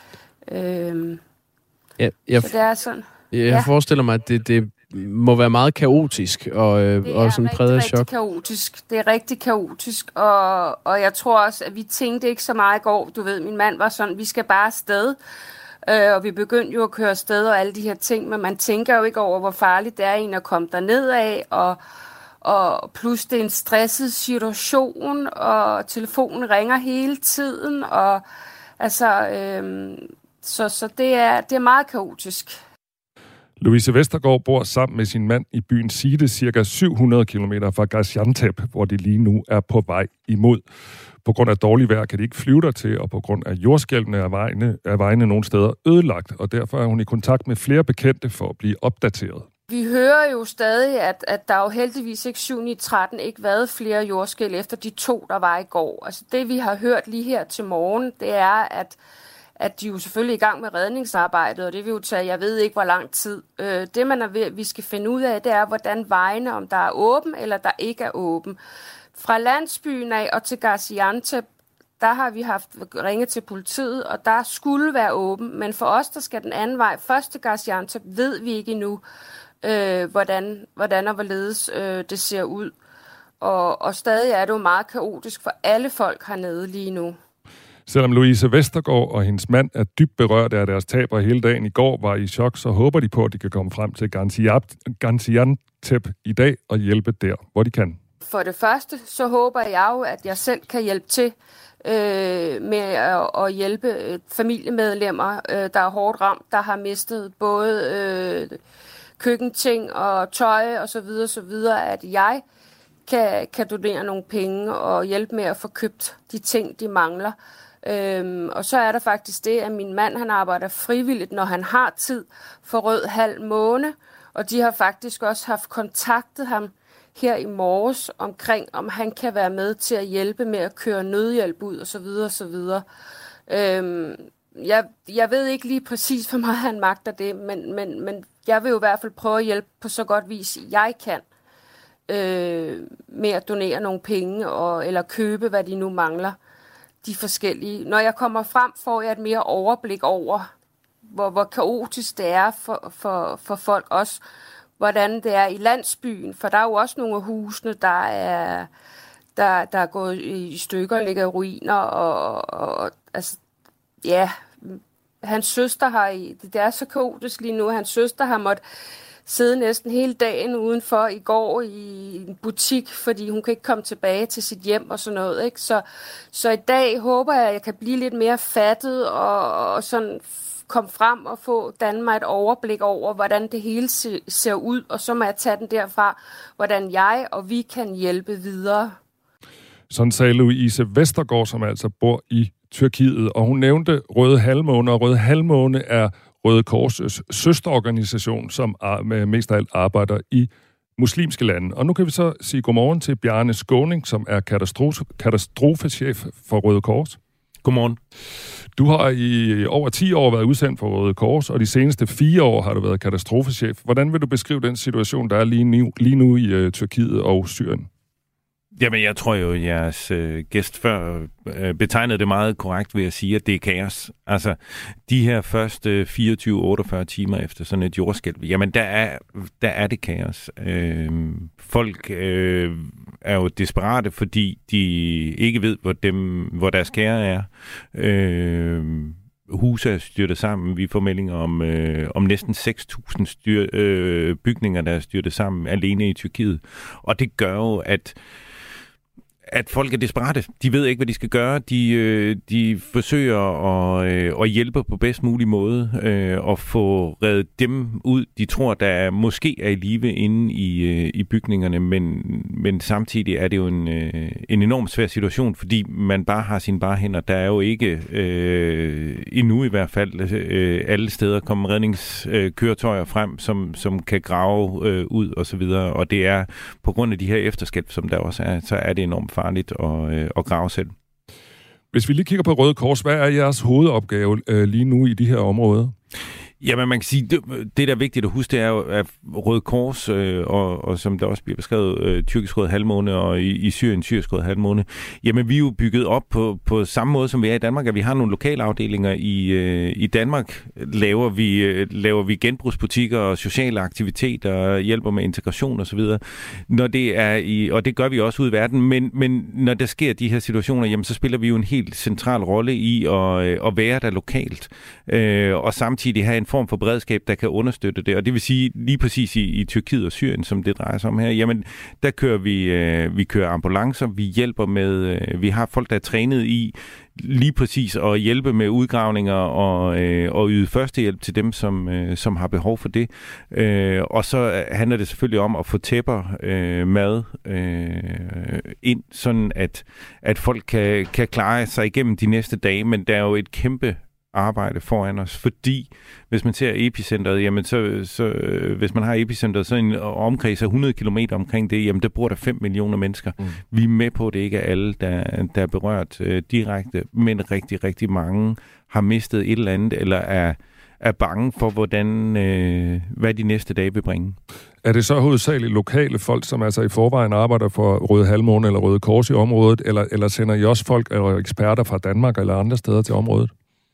Øhm, ja, jeg, så det er sådan. Jeg ja. forestiller mig, at det, det må være meget kaotisk og, øh, og sådan præget af chok. Det er rigtig kaotisk. Det er rigtig kaotisk, og, og jeg tror også, at vi tænkte ikke så meget i går. Du ved, min mand var sådan, vi skal bare afsted. Øh, og vi begyndte jo at køre afsted og alle de her ting, men man tænker jo ikke over, hvor farligt det er en at komme derned af, og, og plus det er en stresset situation, og telefonen ringer hele tiden, og altså, øh, så, så det, er, det er meget kaotisk. Louise Vestergaard bor sammen med sin mand i byen Side, cirka syv hundrede kilometer fra Gaziantep, hvor de lige nu er på vej imod. På grund af dårlig vejr kan de ikke flyve dertil, og på grund af jordskælvene er vejene, er vejene nogle steder ødelagt, og derfor er hun i kontakt med flere bekendte for at blive opdateret. Vi hører jo stadig, at, at der jo heldigvis ikke syv ni tretten ikke været flere jordskælv efter de to, der var i går. Altså det, vi har hørt lige her til morgen, det er, at at de jo selvfølgelig er i gang med redningsarbejdet, og det vil jo tage, jeg ved ikke, hvor lang tid. Øh, det, man er ved, vi skal finde ud af, det er, hvordan vejene, om der er åben, eller der ikke er åben. Fra landsbyen af og til Gaziantep, der har vi haft ringet til politiet, og der skulle være åben, men for os, der skal den anden vej, først til Gaziantep, ved vi ikke endnu, øh, hvordan, hvordan og hvorledes øh, det ser ud. Og, og stadig er det jo meget kaotisk for alle folk hernede lige nu. Selvom Louise Vestergaard og hendes mand er dybt berørte af deres taber hele dagen i går var i chok, så håber de på, at de kan komme frem til Gaziantep i dag og hjælpe der, hvor de kan. For det første, så håber jeg jo, at jeg selv kan hjælpe til øh, med at, at hjælpe familiemedlemmer, øh, der er hårdt ramt, der har mistet både øh, køkkenting og tøj og så videre, så videre, at jeg kan, kan donere nogle penge og hjælpe med at få købt de ting, de mangler. Øhm, og så er der faktisk det, at min mand han arbejder frivilligt, når han har tid for Rød Halv Måne, og de har faktisk også haft kontaktet ham her i morges omkring, om han kan være med til at hjælpe med at køre nødhjælp ud og så videre og så videre. Øhm, jeg, jeg ved ikke lige præcis, hvor meget han magter det, men, men, men jeg vil jo i hvert fald prøve at hjælpe på så godt vis, jeg kan, øh, med at donere nogle penge og, eller købe, hvad de nu mangler. De forskellige. Når jeg kommer frem, får jeg et mere overblik over, hvor, hvor kaotisk det er for, for, for folk også, hvordan det er i landsbyen, for der er jo også nogle af husene, der er, der, der er gået i stykker, ligger i ruiner, og, og altså, ja, hans søster har, det er så kaotisk lige nu, hans søster har måttet sidde næsten hele dagen udenfor i går i en butik, fordi hun kan ikke komme tilbage til sit hjem og sådan noget, ikke? Så, så i dag håber jeg, at jeg kan blive lidt mere fattet og, og sådan komme frem og få danne mig et overblik over, hvordan det hele se, ser ud, og så må jeg tage den derfra, hvordan jeg og vi kan hjælpe videre. Sådan sagde Louise Vestergaard, som altså bor i Tyrkiet, og hun nævnte Røde Halvmåne, og Røde Halvmåne er Røde Kors' søsterorganisation, som mest af alt arbejder i muslimske lande. Og nu kan vi så sige godmorgen til Bjarne Skåning, som er katastrofe, katastrofechef for Røde Kors. Godmorgen. Du har i over ti år været udsendt for Røde Kors, og de seneste fire år har du været katastrofechef. Hvordan vil du beskrive den situation, der er lige nu, lige nu i uh, Tyrkiet og Syrien? Jamen, jeg tror jo, at jeres øh, gæst før øh, betegnede det meget korrekt ved at sige, at det er kaos. Altså, de her første fireogtyve til otteogfyrre timer efter sådan et jordskælv, jamen, der er, der er det kaos. Øh, folk øh, er jo desperate, fordi de ikke ved, hvor, dem, hvor deres kære er. Øh, Huse er styrtet sammen. Vi får meldinger om, øh, om næsten seks tusind styr, øh, bygninger, der er styrtet sammen alene i Tyrkiet. Og det gør jo, at at folk er desperate. De ved ikke, hvad de skal gøre. De, øh, de forsøger at, øh, at hjælpe på bedst mulig måde øh, og få reddet dem ud. De tror, der måske er i live inde i, øh, i bygningerne, men, men samtidig er det jo en, øh, en enormt svær situation, fordi man bare har sine bare hænder. Der er jo ikke øh, endnu i hvert fald øh, alle steder kommet redningskøretøjer øh, frem, som, som kan grave øh, ud og så videre. Og det er på grund af de her efterskælv, som der også er, så er det enormt farligt at, øh, at grave selv. Hvis vi lige kigger på Røde Kors, hvad er jeres hovedopgave øh, lige nu i de her områder? Jamen, man kan sige, det, det der er vigtigt at huske, det er jo, at Røde Kors, øh, og, og som der også bliver beskrevet, øh, Tyrkisk Røde Halvmåne og i, i Syrien, Tyrkisk Røde Halvmåne, jamen vi er jo bygget op på, på samme måde, som vi er i Danmark, at vi har nogle lokale afdelinger i, øh, i Danmark. Laver vi, øh, laver vi genbrugsbutikker og sociale aktiviteter og hjælper med integration osv. Når det er i, og det gør vi også ude i verden, men, men når der sker de her situationer, jamen så spiller vi jo en helt central rolle i at, at være der lokalt, øh, og samtidig have en form for beredskab, der kan understøtte det. Og det vil sige, lige præcis i, i Tyrkiet og Syrien, som det drejer sig om her, jamen, der kører vi, øh, vi kører ambulancer, vi hjælper med, øh, vi har folk, der er trænet i lige præcis at hjælpe med udgravninger og, øh, og yde førstehjælp til dem, som, øh, som har behov for det. Øh, og så handler det selvfølgelig om at få tæpper, øh, mad øh, ind, sådan at, at folk kan, kan klare sig igennem de næste dage, men der er jo et kæmpe arbejde foran os, fordi hvis man ser epicentret, jamen så, så hvis man har epicentret, så en omkreds af hundrede kilometer omkring det, jamen der bor der fem millioner mennesker. Mm. Vi er med på, at det ikke er alle, der, der er berørt øh, direkte, men rigtig, rigtig mange har mistet et eller andet, eller er, er bange for, hvordan, øh, hvad de næste dage vil bringe. Er det så hovedsageligt lokale folk, som altså i forvejen arbejder for Røde Halvmåne eller Røde Kors i området, eller, eller sender I også folk eller eksperter fra Danmark eller andre steder til området?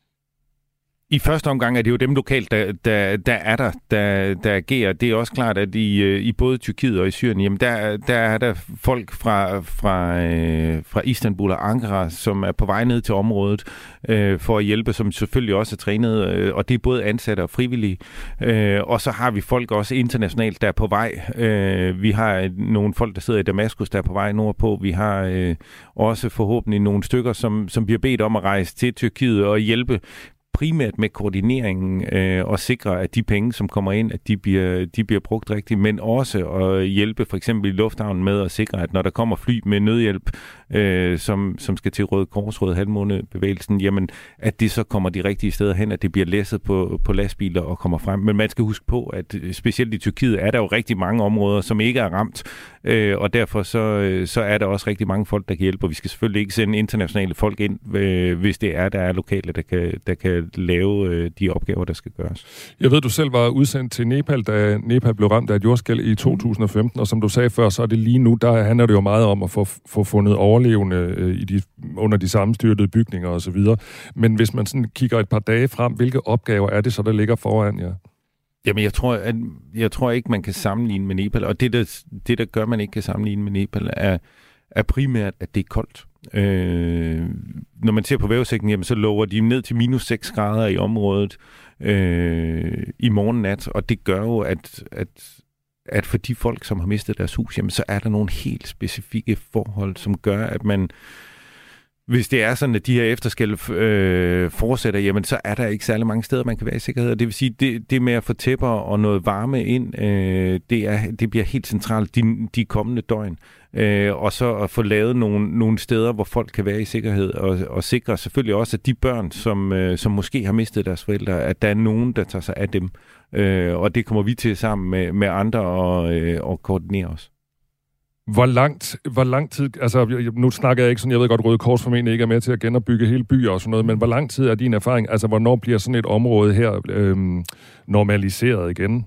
I første omgang er det jo dem lokalt, der, der, der er der, der, der agerer. Det er også klart, at i, i både Tyrkiet og i Syrien, jamen der, der er der folk fra, fra, øh, fra Istanbul og Ankara, som er på vej ned til området øh, for at hjælpe, som selvfølgelig også er trænet, øh, og det er både ansatte og frivillige. Øh, og så har vi folk også internationalt, der er på vej. Øh, vi har nogle folk, der sidder i Damaskus, der er på vej nordpå. Vi har øh, også forhåbentlig nogle stykker, som, som bliver bedt om at rejse til Tyrkiet og hjælpe primært med koordineringen øh, og sikre, at de penge, som kommer ind, at de bliver, de bliver brugt rigtigt, men også at hjælpe for eksempel i lufthavnen med at sikre, at når der kommer fly med nødhjælp, øh, som, som skal til Røde Kors, Røde Halvmåne-bevægelsen, jamen, at det så kommer de rigtige steder hen, at det bliver læsset på, på lastbiler og kommer frem. Men man skal huske på, at specielt i Tyrkiet er der jo rigtig mange områder, som ikke er ramt, øh, og derfor så, så er der også rigtig mange folk, der kan hjælpe, og vi skal selvfølgelig ikke sende internationale folk ind, øh, hvis det er, der er lokale, der kan, der kan lave øh, de opgaver, der skal gøres. Jeg ved, du selv var udsendt til Nepal, da Nepal blev ramt af et jordskælv i to tusind og femten, og som du sagde før, så er det lige nu, der handler det jo meget om at få, få fundet overlevende øh, i de, under de sammenstyrtede bygninger og så videre. Men hvis man sådan kigger et par dage frem, hvilke opgaver er det så, der ligger foran jer? Jamen, jeg tror, at, jeg tror ikke, man kan sammenligne med Nepal, og det, der, det, der gør, man ikke kan sammenligne med Nepal, er, er primært, at det er koldt. Øh, når man ser på vejrudsigten, jamen, så lover de ned til minus seks grader i området øh, i morgen nat, og det gør jo, at, at, at for de folk, som har mistet deres hus, jamen, så er der nogle helt specifikke forhold, som gør, at man, hvis det er sådan, at de her efterskælv øh, fortsætter, jamen så er der ikke særlig mange steder, man kan være i sikkerhed. Og det vil sige, det, det med at få tæpper og noget varme ind, øh, det, er, det bliver helt centralt de, de kommende døgn. Øh, og så at få lavet nogle, nogle steder, hvor folk kan være i sikkerhed, og, og sikre selvfølgelig også, at de børn, som, øh, som måske har mistet deres forældre, at der er nogen, der tager sig af dem. Øh, og det kommer vi til sammen med, med andre og, øh, og koordinere os. Hvor langt, hvor lang tid, altså nu snakker jeg ikke sådan, jeg ved godt, Røde Kors formentlig ikke er med til at genopbygge hele byer og sådan noget, men hvor lang tid er din erfaring, altså hvornår bliver sådan et område her øhm, normaliseret igen?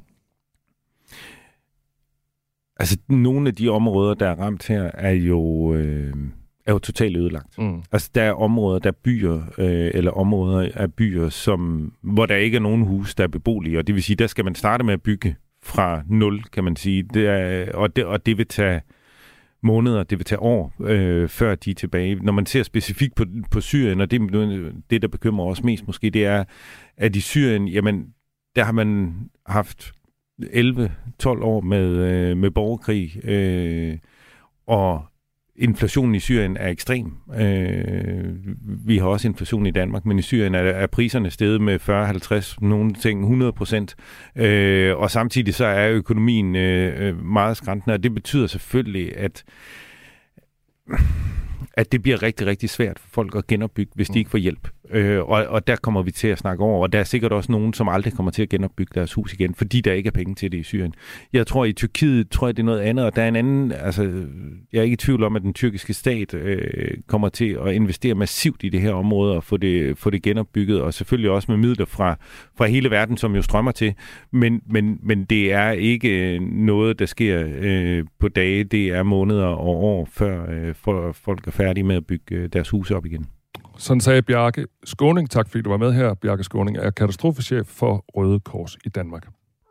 Altså nogle af de områder, der er ramt her, er jo, øh, er jo totalt ødelagt. Mm. Altså der er områder, der er byer, øh, eller områder af byer, som, hvor der ikke er nogen hus, der er beboelige, og det vil sige, der skal man starte med at bygge fra nul, kan man sige, det er, og, det, og det vil tage måneder, det vil tage år, øh, før de er tilbage. Når man ser specifikt på, på Syrien, og det, det, der bekymrer os mest måske, det er, at i Syrien, jamen, der har man haft elleve tolv år med, øh, med borgerkrig, øh, og inflationen i Syrien er ekstrem. Øh, vi har også inflation i Danmark, men i Syrien er, er priserne steget med fyrre, halvtreds, nogle ting hundrede procent. Øh, og samtidig så er økonomien øh, meget skrantende, og det betyder selvfølgelig, at at det bliver rigtig, rigtig svært for folk at genopbygge, hvis de ikke får hjælp. Øh, og, og der kommer vi til at snakke over, og der er sikkert også nogen, som aldrig kommer til at genopbygge deres hus igen, fordi der ikke er penge til det i Syrien. Jeg tror, i Tyrkiet tror jeg, det er noget andet, og der er en anden, altså, jeg er ikke i tvivl om, at den tyrkiske stat øh, kommer til at investere massivt i det her område, og få det, få det genopbygget, og selvfølgelig også med midler fra, fra hele verden, som jo strømmer til. Men, men, men det er ikke noget, der sker øh, på dage, det er måneder og år, før øh, for, folk er færdige med at bygge øh, deres huse op igen. Sådan sagde Bjarke Skåning. Tak fordi du var med her. Bjarke Skåning er katastrofechef for Røde Kors i Danmark.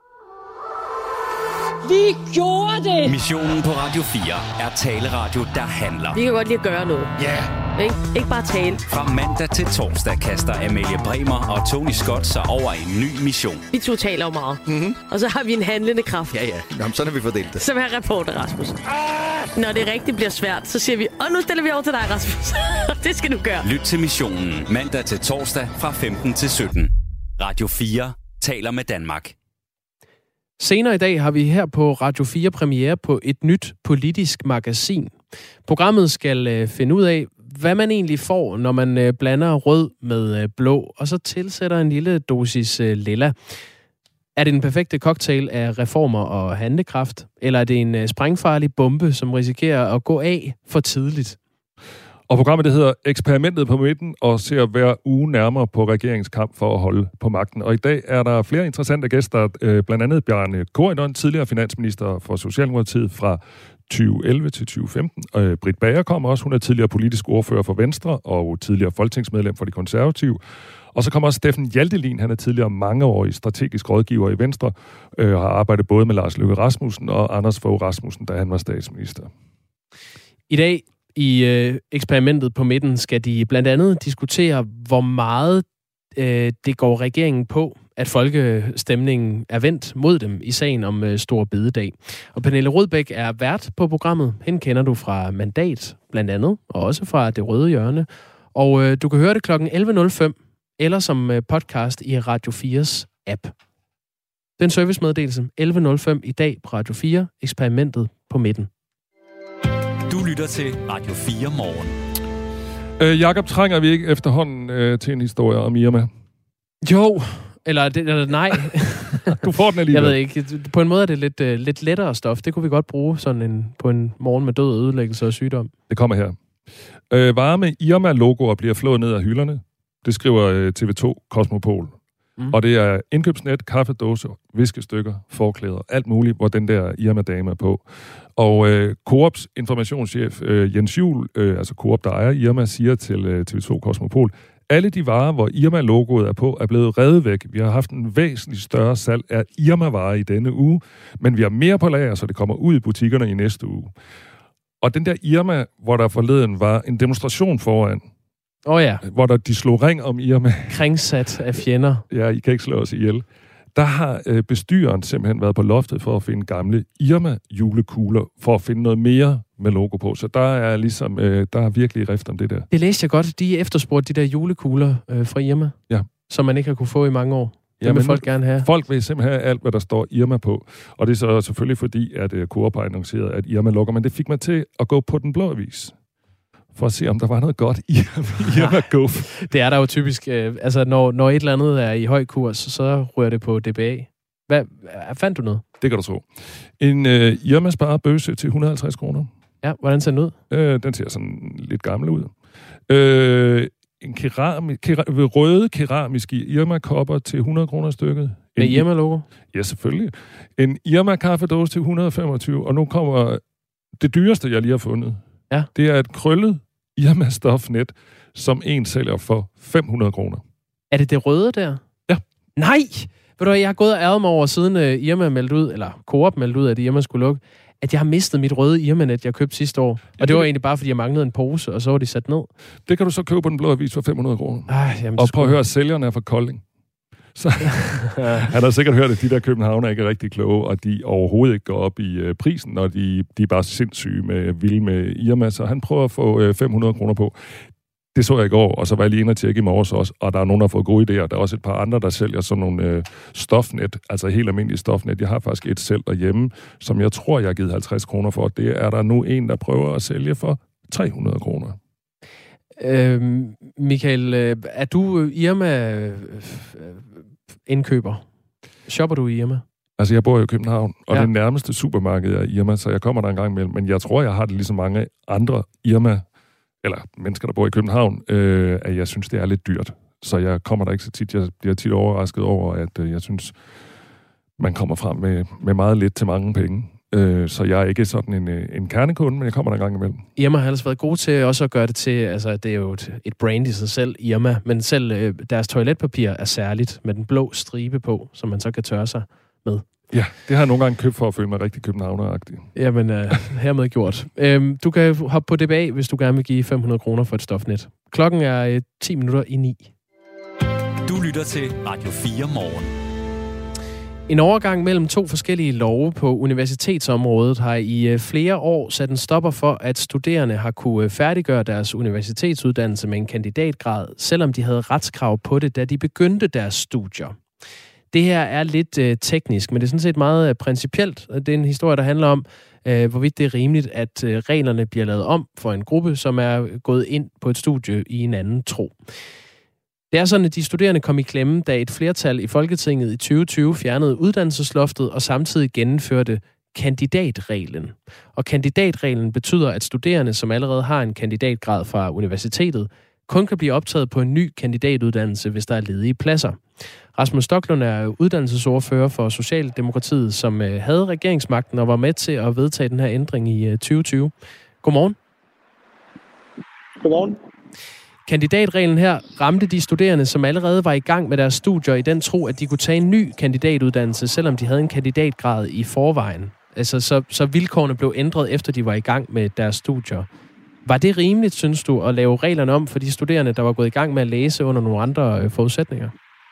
Vi gjorde det! Missionen på Radio fire er taleradio, der handler. Vi kan godt lide at gøre noget. Ja! Yeah. Ik? Ikke bare tale. Fra mandag til torsdag kaster Amalie Bremer og Tony Scott sig over en ny mission. Vi to taler jo meget. Mm-hmm. Og så har vi en handlende kraft. Ja, ja. Jamen, sådan har vi fordelt det. Som er reporter, Rasmus. Ah! Når det rigtig bliver svært, så siger vi, og nu stiller vi over til dig, Rasmus. Det skal du gøre. Lyt til missionen mandag til torsdag fra femten til sytten. Radio fire taler med Danmark. Senere i dag har vi her på Radio fire premiere på et nyt politisk magasin. Programmet skal øh, finde ud af, hvad man egentlig får, når man øh, blander rød med øh, blå, og så tilsætter en lille dosis øh, lilla. Er det den perfekte cocktail af reformer og handlekraft, eller er det en øh, sprængfarlig bombe, som risikerer at gå af for tidligt? Og programmet det hedder Eksperimentet på midten og ser hver uge nærmere på regeringskamp for at holde på magten. Og i dag er der flere interessante gæster, blandt andet Bjarne Corydon, tidligere finansminister for Socialdemokratiet fra tyve elleve til tyve femten. Og Britt Bager kommer også, hun er tidligere politisk ordfører for Venstre og tidligere folketingsmedlem for De Konservative. Og så kommer også Steffen Hjaltelin, han er tidligere mangeårig strategisk rådgiver i Venstre, og har arbejdet både med Lars Løkke Rasmussen og Anders Fogh Rasmussen, da han var statsminister. I dag i øh, eksperimentet på midten skal de blandt andet diskutere, hvor meget øh, det går regeringen på, at folkestemningen er vendt mod dem i sagen om øh, Store Bededag. Og Pernille Rødbæk er vært på programmet. Hende kender du fra Mandat, blandt andet, og også fra Det Røde Hjørne. Og øh, du kan høre det klokken elleve nul fem, eller som øh, podcast i Radio fires app. Den servicemeddelelse elleve nul fem i dag på Radio fire, eksperimentet på midten. Du lytter til Radio fire morgen. Øh, Jakob, trænger vi ikke efterhånden øh, til en historie om Irma? Jo, eller, det, eller nej. Du får den alligevel. Jeg ved ikke. På en måde er det lidt, uh, lidt lettere stof. Det kunne vi godt bruge sådan en, på en morgen med død og ødelæggelse og sygdom. Det kommer her. Øh, varme Irma-logoer bliver flået ned af hylderne. Det skriver øh, T V to Cosmopol. Mm. Og det er indkøbsnet, kaffedåser, viskestykker, forklæder, alt muligt, hvor den der Irma-dame er på. Og øh, Coops informationschef øh, Jens Juhl, øh, altså Coop, der ejer Irma, siger til øh, T V to Cosmopol, alle de varer, hvor Irma-logoet er på, er blevet revet væk. Vi har haft en væsentlig større salg af Irma-varer i denne uge, men vi har mere på lager, så det kommer ud i butikkerne i næste uge. Og den der Irma, hvor der forleden var en demonstration foran, Åh oh ja. hvor der de slog ring om Irma. Kringsat af fjender. Ja, I kan ikke slå os ihjel. Der har øh, bestyreren simpelthen været på loftet for at finde gamle Irma-julekugler, for at finde noget mere med logo på. Så der er ligesom, øh, der er virkelig rift om det der. Det læste jeg godt. De efterspurgte de der julekugler øh, fra Irma, ja. Som man ikke har kunne få i mange år. Det ja, vil folk gerne have. Folk vil simpelthen have alt, hvad der står Irma på. Og det er så selvfølgelig fordi, at uh, Coop har annonceret, at Irma lukker. Men det fik man til at gå på Den Blå Avis, for at se, om der var noget godt i Irma Guf. Det er der jo typisk. Øh, altså, når, når et eller andet er i høj kurs, så rører det på D B A. Hvad, fandt du noget? Det kan du tro. En øh, Irma sparebøsse til et hundrede og halvtreds kroner. Ja, hvordan ser den ud? Øh, den ser sådan lidt gammel ud. Øh, en kerami, kera, røde keramiske Irma-kopper til hundrede kroner stykket. Med Irma-logo? Ja, selvfølgelig. En Irma-kaffedåse til et hundrede og femogtyve, og nu kommer det dyreste, jeg lige har fundet. Ja. Det er et krøllet Irma-stofnet, som en sælger for fem hundrede kroner. Er det det røde der? Ja. Nej! Ved du, jeg har gået og ærget mig over, siden uh, Irma meldte ud, eller Coop meldte ud, at Irma skulle lukke, at jeg har mistet mit røde Irma-net, jeg købte sidste år. Og ja, det var egentlig bare, fordi jeg manglede en pose, og så var de sat ned. Det kan du så købe på Den Blå Avis for fem hundrede kroner. Ej, jamen, og prøv at høre, sælgerne er fra Kolding. Så han har sikkert hørt, at de der københavner ikke er rigtig kloge, og de overhovedet ikke går op i øh, prisen, når de, de er bare sindssyge med vilde med Irma, så han prøver at få øh, fem hundrede kroner på. Det så jeg i går, og så var jeg lige inde og tjekke i morges også, og der er nogen, der har fået gode idéer. Der er også et par andre, der sælger sådan nogle øh, stofnet, altså helt almindelige stofnet. Jeg har faktisk et selv derhjemme, som jeg tror, jeg har givet halvtreds kroner for. Det er der nu en, der prøver at sælge for tre hundrede kroner. Øhm, Michael, er du Irma-indkøber? Shopper du i Irma? Altså, jeg bor jo i København, og ja. det nærmeste supermarked er Irma, så jeg kommer der en gang imellem. Men jeg tror, jeg har det ligesom mange andre Irma, eller mennesker, der bor i København, øh, at jeg synes, det er lidt dyrt. Så jeg kommer der ikke så tit. Jeg bliver tit overrasket over, at øh, jeg synes, man kommer frem med, med meget lidt til mange penge. Øh, så jeg er ikke sådan en, en kernekunde, men jeg kommer der en gang imellem. Irma har altså været gode til også at gøre det til, altså det er jo et, et brand i sig selv, Irma, men selv øh, deres toiletpapir er særligt med den blå stribe på, som man så kan tørre sig med. Ja, det har jeg nogle gange købt for at føle mig rigtig københavneragtig. Jamen, øh, hermed gjort. Øhm, du kan hoppe på D B A, hvis du gerne vil give fem hundrede kroner for et stofnet. Klokken er øh, ti minutter i ni. Du lytter til Radio fire Morgen. En overgang mellem to forskellige love på universitetsområdet har i øh, flere år sat en stopper for, at studerende har kunne færdiggøre deres universitetsuddannelse med en kandidatgrad, selvom de havde retskrav på det, da de begyndte deres studier. Det her er lidt øh, teknisk, men det er sådan set meget øh, principielt. Det er en historie, der handler om, øh, hvorvidt det er rimeligt, at øh, reglerne bliver lavet om for en gruppe, som er gået ind på et studie i en anden tro. Det er sådan, at de studerende kom i klemme, da et flertal i Folketinget i tyve tyve fjernede uddannelsesloftet og samtidig gennemførte kandidatreglen. Og kandidatreglen betyder, at studerende, som allerede har en kandidatgrad fra universitetet, kun kan blive optaget på en ny kandidatuddannelse, hvis der er ledige pladser. Rasmus Stoklund er uddannelsesordfører for Socialdemokratiet, som havde regeringsmagten og var med til at vedtage den her ændring i tyve tyve. Godmorgen. Godmorgen. Kandidatreglen her ramte de studerende, som allerede var i gang med deres studier i den tro, at de kunne tage en ny kandidatuddannelse, selvom de havde en kandidatgrad i forvejen. Altså, så, så vilkårene blev ændret, efter de var i gang med deres studier. Var det rimeligt, synes du, at lave reglerne om for de studerende, der var gået i gang med at læse under nogle andre forudsætninger?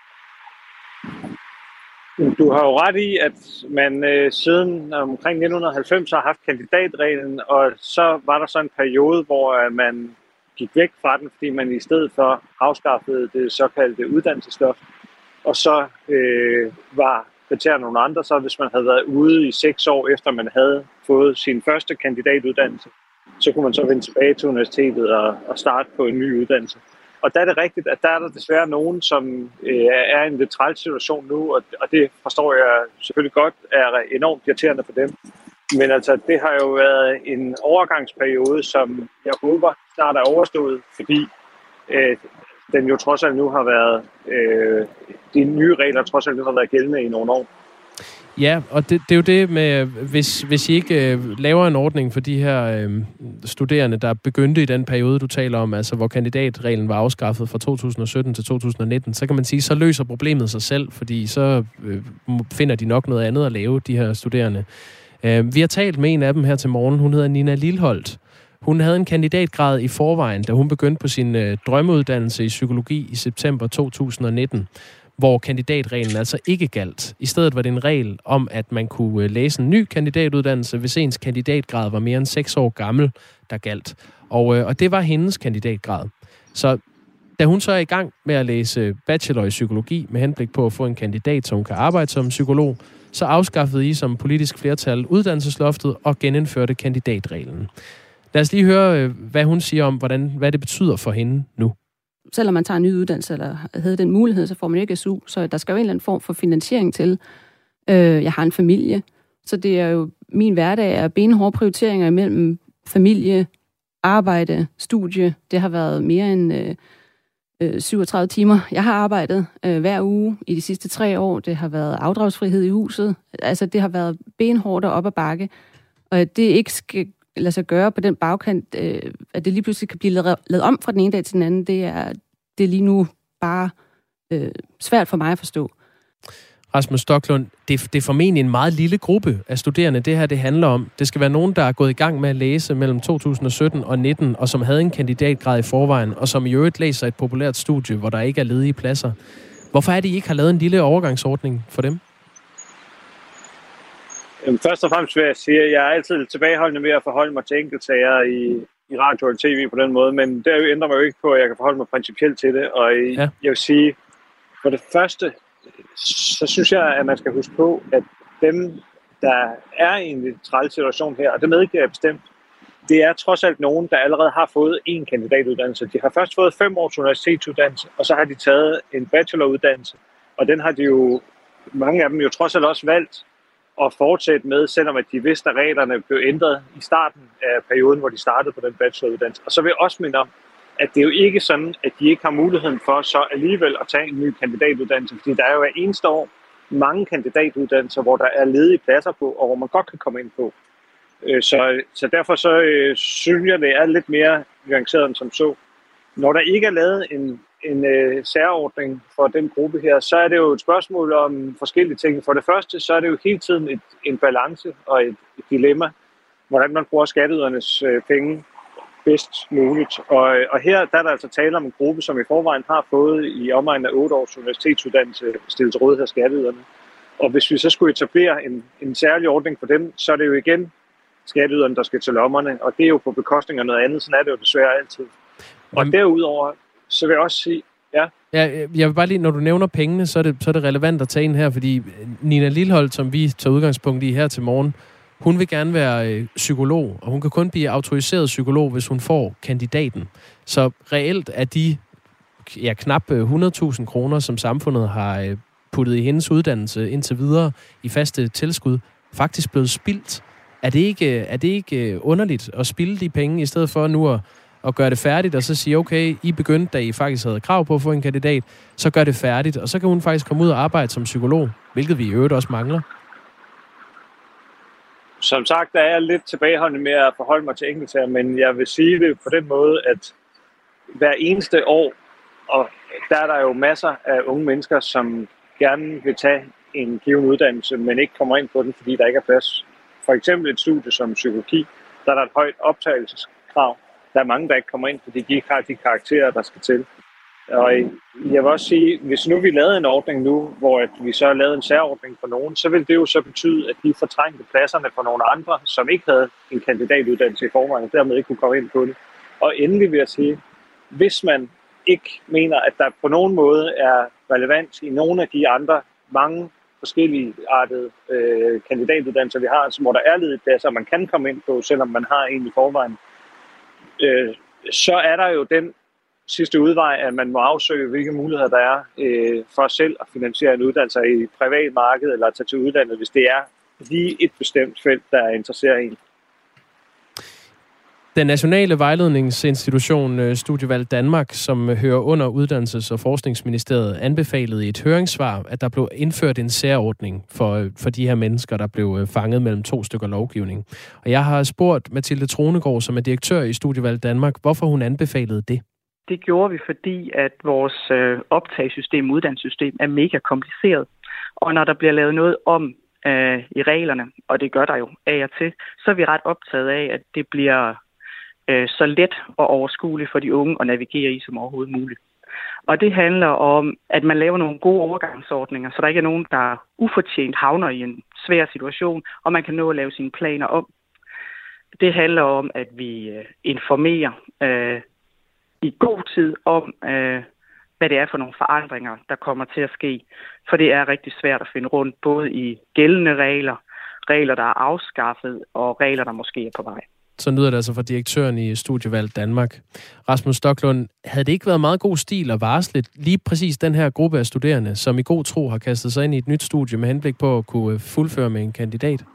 Du har jo ret i, at man øh, siden omkring nitten halvfems har haft kandidatreglen, og så var der så en periode, hvor øh, man gik væk fra den, fordi man i stedet for afskaffede det såkaldte uddannelsesloft. Og så øh, var kriterierne nogle andre, så hvis man havde været ude i seks år efter man havde fået sin første kandidatuddannelse, så kunne man så vende tilbage til universitetet og, og starte på en ny uddannelse. Og der er det rigtigt, at der er der desværre nogen, som øh, er i en lidt træls situation nu, og, og det forstår jeg selvfølgelig godt, er enormt irriterende for dem. Men altså, det har jo været en overgangsperiode, som jeg håber snart er overstået, fordi øh, den jo trods alt nu har været, øh, de nye regler trods alt nu har været gældende i nogle år. Ja, og det, det er jo det med, hvis, hvis I ikke øh, laver en ordning for de her øh, studerende, der begyndte i den periode, du taler om, altså hvor kandidatreglen var afskaffet fra to tusind og sytten til to tusind og nitten, så kan man sige, så løser problemet sig selv, fordi så øh, finder de nok noget andet at lave, de her studerende. Øh, vi har talt med en af dem her til morgen, hun hedder Nina Lilholdt. Hun havde en kandidatgrad i forvejen, da hun begyndte på sin øh, drømmeuddannelse i psykologi i september to tusind og nitten. Hvor kandidatreglen altså ikke galt. I stedet var det en regel om, at man kunne læse en ny kandidatuddannelse, hvis ens kandidatgrad var mere end seks år gammel, der galt. Og, øh, og det var hendes kandidatgrad. Så da hun så er i gang med at læse bachelor i psykologi, med henblik på at få en kandidat, så hun kan arbejde som psykolog, så afskaffede I som politisk flertal uddannelsesloftet og genindførte kandidatreglen. Lad os lige høre, hvad hun siger om, hvordan, hvad det betyder for hende nu. Selvom man tager en ny uddannelse, eller havde den mulighed, så får man ikke S U. Så der skal jo en eller anden form for finansiering til. Jeg har en familie, så det er jo min hverdag er benhårde prioriteringer imellem familie, arbejde, studie. Det har været mere end øh, syvogtredive timer. Jeg har arbejdet øh, hver uge i de sidste tre år. Det har været afdragsfrihed i huset. Altså, det har været benhårdt og op ad bakke. Og det ikke skal lade sig gøre på den bagkant, øh, at det lige pludselig kan blive lavet, lavet om fra den ene dag til den anden, det er, det er lige nu bare øh, svært for mig at forstå. Rasmus Stoklund, det, det er formentlig en meget lille gruppe af studerende, det her det handler om. Det skal være nogen, der er gået i gang med at læse mellem to tusind og sytten og nitten, og som havde en kandidatgrad i forvejen, og som i øvrigt læser et populært studie, hvor der ikke er ledige pladser. Hvorfor er det, I ikke har lavet en lille overgangsordning for dem? Jamen, først og fremmest vil jeg sige, at jeg er altid lidt tilbageholdende med at forholde mig til enkeltsager i, i radio og tv på den måde, men det ændrer mig jo ikke på, at jeg kan forholde mig principielt til det. Og ja. Jeg vil sige, for det første, så synes jeg, at man skal huske på, at dem, der er i en træls situation her, og det medgiver jeg bestemt, det er trods alt nogen, der allerede har fået en kandidatuddannelse. De har først fået fem års universitetsuddannelse, og så har de taget en bacheloruddannelse, og den har de jo, mange af dem jo trods alt også valgt at fortsætte med, selvom at de vidste, at reglerne blev ændret i starten af perioden, hvor de startede på den bacheloruddannelse. Og så vil jeg også minde om, at det er jo ikke sådan, at de ikke har muligheden for så alligevel at tage en ny kandidatuddannelse, fordi der er jo hver eneste år mange kandidatuddannelser, hvor der er ledige pladser på, og hvor man godt kan komme ind på. Så, så derfor så øh, synes jeg, det er lidt mere nuanceret end som så. Når der ikke er lavet en, en øh, særordning for den gruppe her, så er det jo et spørgsmål om forskellige ting. For det første, så er det jo hele tiden et, en balance og et, et dilemma, hvordan man bruger skatteydernes øh, penge bedst muligt. Og, og her der er der altså tale om en gruppe, som i forvejen har fået i omegnen af otte års universitetsuddannelse stillet til rådighed af skatteyderne. Og hvis vi så skulle etablere en, en særlig ordning for dem, så er det jo igen skatteyderne, der skal til lommerne, og det er jo på bekostning af noget andet, sådan er det jo desværre altid. Og derudover, så vil jeg også sige, ja. Ja, jeg vil bare lige, når du nævner pengene, så er det, så er det relevant at tage ind her, fordi Nina Lilholt, som vi tager udgangspunkt i her til morgen, hun vil gerne være øh, psykolog, og hun kan kun blive autoriseret psykolog, hvis hun får kandidaten. Så reelt er de ja, knap hundrede tusind kroner, som samfundet har øh, puttet i hendes uddannelse indtil videre i faste tilskud, faktisk blevet spildt. Er det ikke, er det ikke underligt at spilde de penge, i stedet for nu at, at gøre det færdigt, og så sige, okay, I begyndte, da I faktisk havde krav på at få en kandidat, så gør det færdigt, og så kan hun faktisk komme ud og arbejde som psykolog, hvilket vi i øvrigt også mangler. Som sagt, der er jeg lidt tilbageholdende med at forholde mig til enkeltsager, men jeg vil sige det på den måde, at hver eneste år, og der er der jo masser af unge mennesker, som gerne vil tage en given uddannelse, men ikke kommer ind på den, fordi der ikke er plads. For eksempel et studie som psykologi, der er der et højt optagelseskrav. Der er mange, der ikke kommer ind, fordi de ikke har de karakterer, der skal til. Og jeg vil også sige, hvis nu vi lavede en ordning nu, hvor vi så har lavet en særordning for nogen, så vil det jo så betyde, at de fortrængte pladserne for nogle andre, som ikke havde en kandidatuddannelse i forvejen, og dermed ikke kunne komme ind på det. Og endelig vil jeg sige, hvis man ikke mener, at der på nogen måde er relevant i nogle af de andre mange forskellige artede øh, kandidatuddannelser, vi har, hvor der er ledige pladser, man kan komme ind på, selvom man har en i forvejen, øh, så er der jo den sidste udvej, at man må afsøge, hvilke muligheder der er øh, for selv at finansiere en uddannelse i privat marked eller at tage til udlandet, hvis det er lige et bestemt felt, der er interesseret i. Den nationale vejledningsinstitution Studievalg Danmark, som hører under Uddannelses- og Forskningsministeriet, anbefalede i et høringssvar, at der blev indført en særordning for, for de her mennesker, der blev fanget mellem to stykker lovgivning. Og jeg har spurgt Mathilde Tronegård, som er direktør i Studievalg Danmark, hvorfor hun anbefalede det. Det gjorde vi, fordi at vores optagssystem, uddannelsessystem, er mega kompliceret. Og når der bliver lavet noget om øh, i reglerne, og det gør der jo af og til, så er vi ret optaget af, at det bliver så let og overskueligt for de unge at navigere i som overhovedet muligt. Og det handler om, at man laver nogle gode overgangsordninger, så der ikke er nogen, der ufortjent havner i en svær situation, og man kan nå at lave sine planer om. Det handler om, at vi informerer øh, i god tid om, øh, hvad det er for nogle forandringer, der kommer til at ske. For det er rigtig svært at finde rundt, både i gældende regler, regler, der er afskaffet, og regler, der måske er på vej. Så lyder det altså fra direktøren i Studievalg Danmark. Rasmus Stoklund, havde det ikke været meget god stil at varsle lige præcis den her gruppe af studerende, som i god tro har kastet sig ind i et nyt studie med henblik på at kunne fuldføre med en kandidat?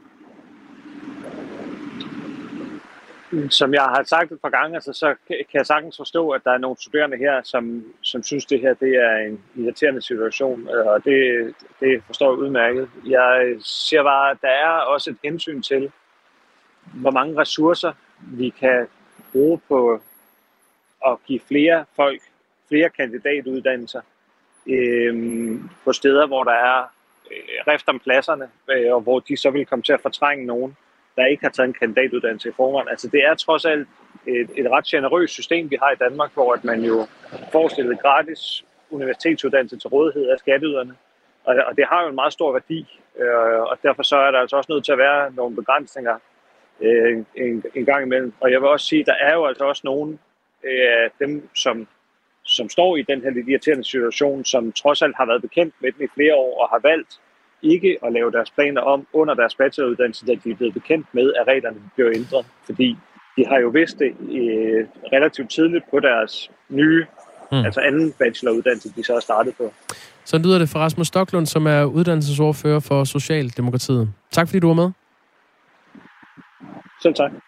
Som jeg har sagt et par gange, altså, så kan jeg sagtens forstå, at der er nogle studerende her, som, som synes, det her det er en irriterende situation, og det, det forstår jeg udmærket. Jeg siger bare, at der er også et hensyn til, hvor mange ressourcer vi kan bruge på at give flere folk, flere kandidatuddannelser øh, på steder, hvor der er øh, rift om pladserne, øh, og hvor de så vil komme til at fortrænge nogen, der ikke har taget en kandidatuddannelse i forvejen. Altså det er trods alt et, et ret generøst system, vi har i Danmark, hvor at man jo får stillet gratis universitetsuddannelse til rådighed af skatteyderne. Og, og det har jo en meget stor værdi, øh, og derfor så er der altså også nødt til at være nogle begrænsninger øh, en, en gang imellem. Og jeg vil også sige, at der er jo altså også nogle af øh, dem, som, som står i den her lidt irriterende situation, som trods alt har været bekendt med den i flere år og har valgt ikke at lave deres planer om under deres bacheloruddannelse, da de er blevet bekendt med, at reglerne bliver ændret. Fordi de har jo vidst det øh, relativt tidligt på deres nye, mm. altså anden bacheloruddannelse, de så har startet på. Så lyder det fra Rasmus Stoklund, som er uddannelsesordfører for Socialdemokratiet. Tak fordi du var med. Selv tak.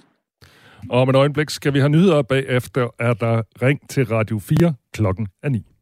Og om et øjeblik skal vi have nyheder, bagefter er der ring til Radio fire klokken er ni.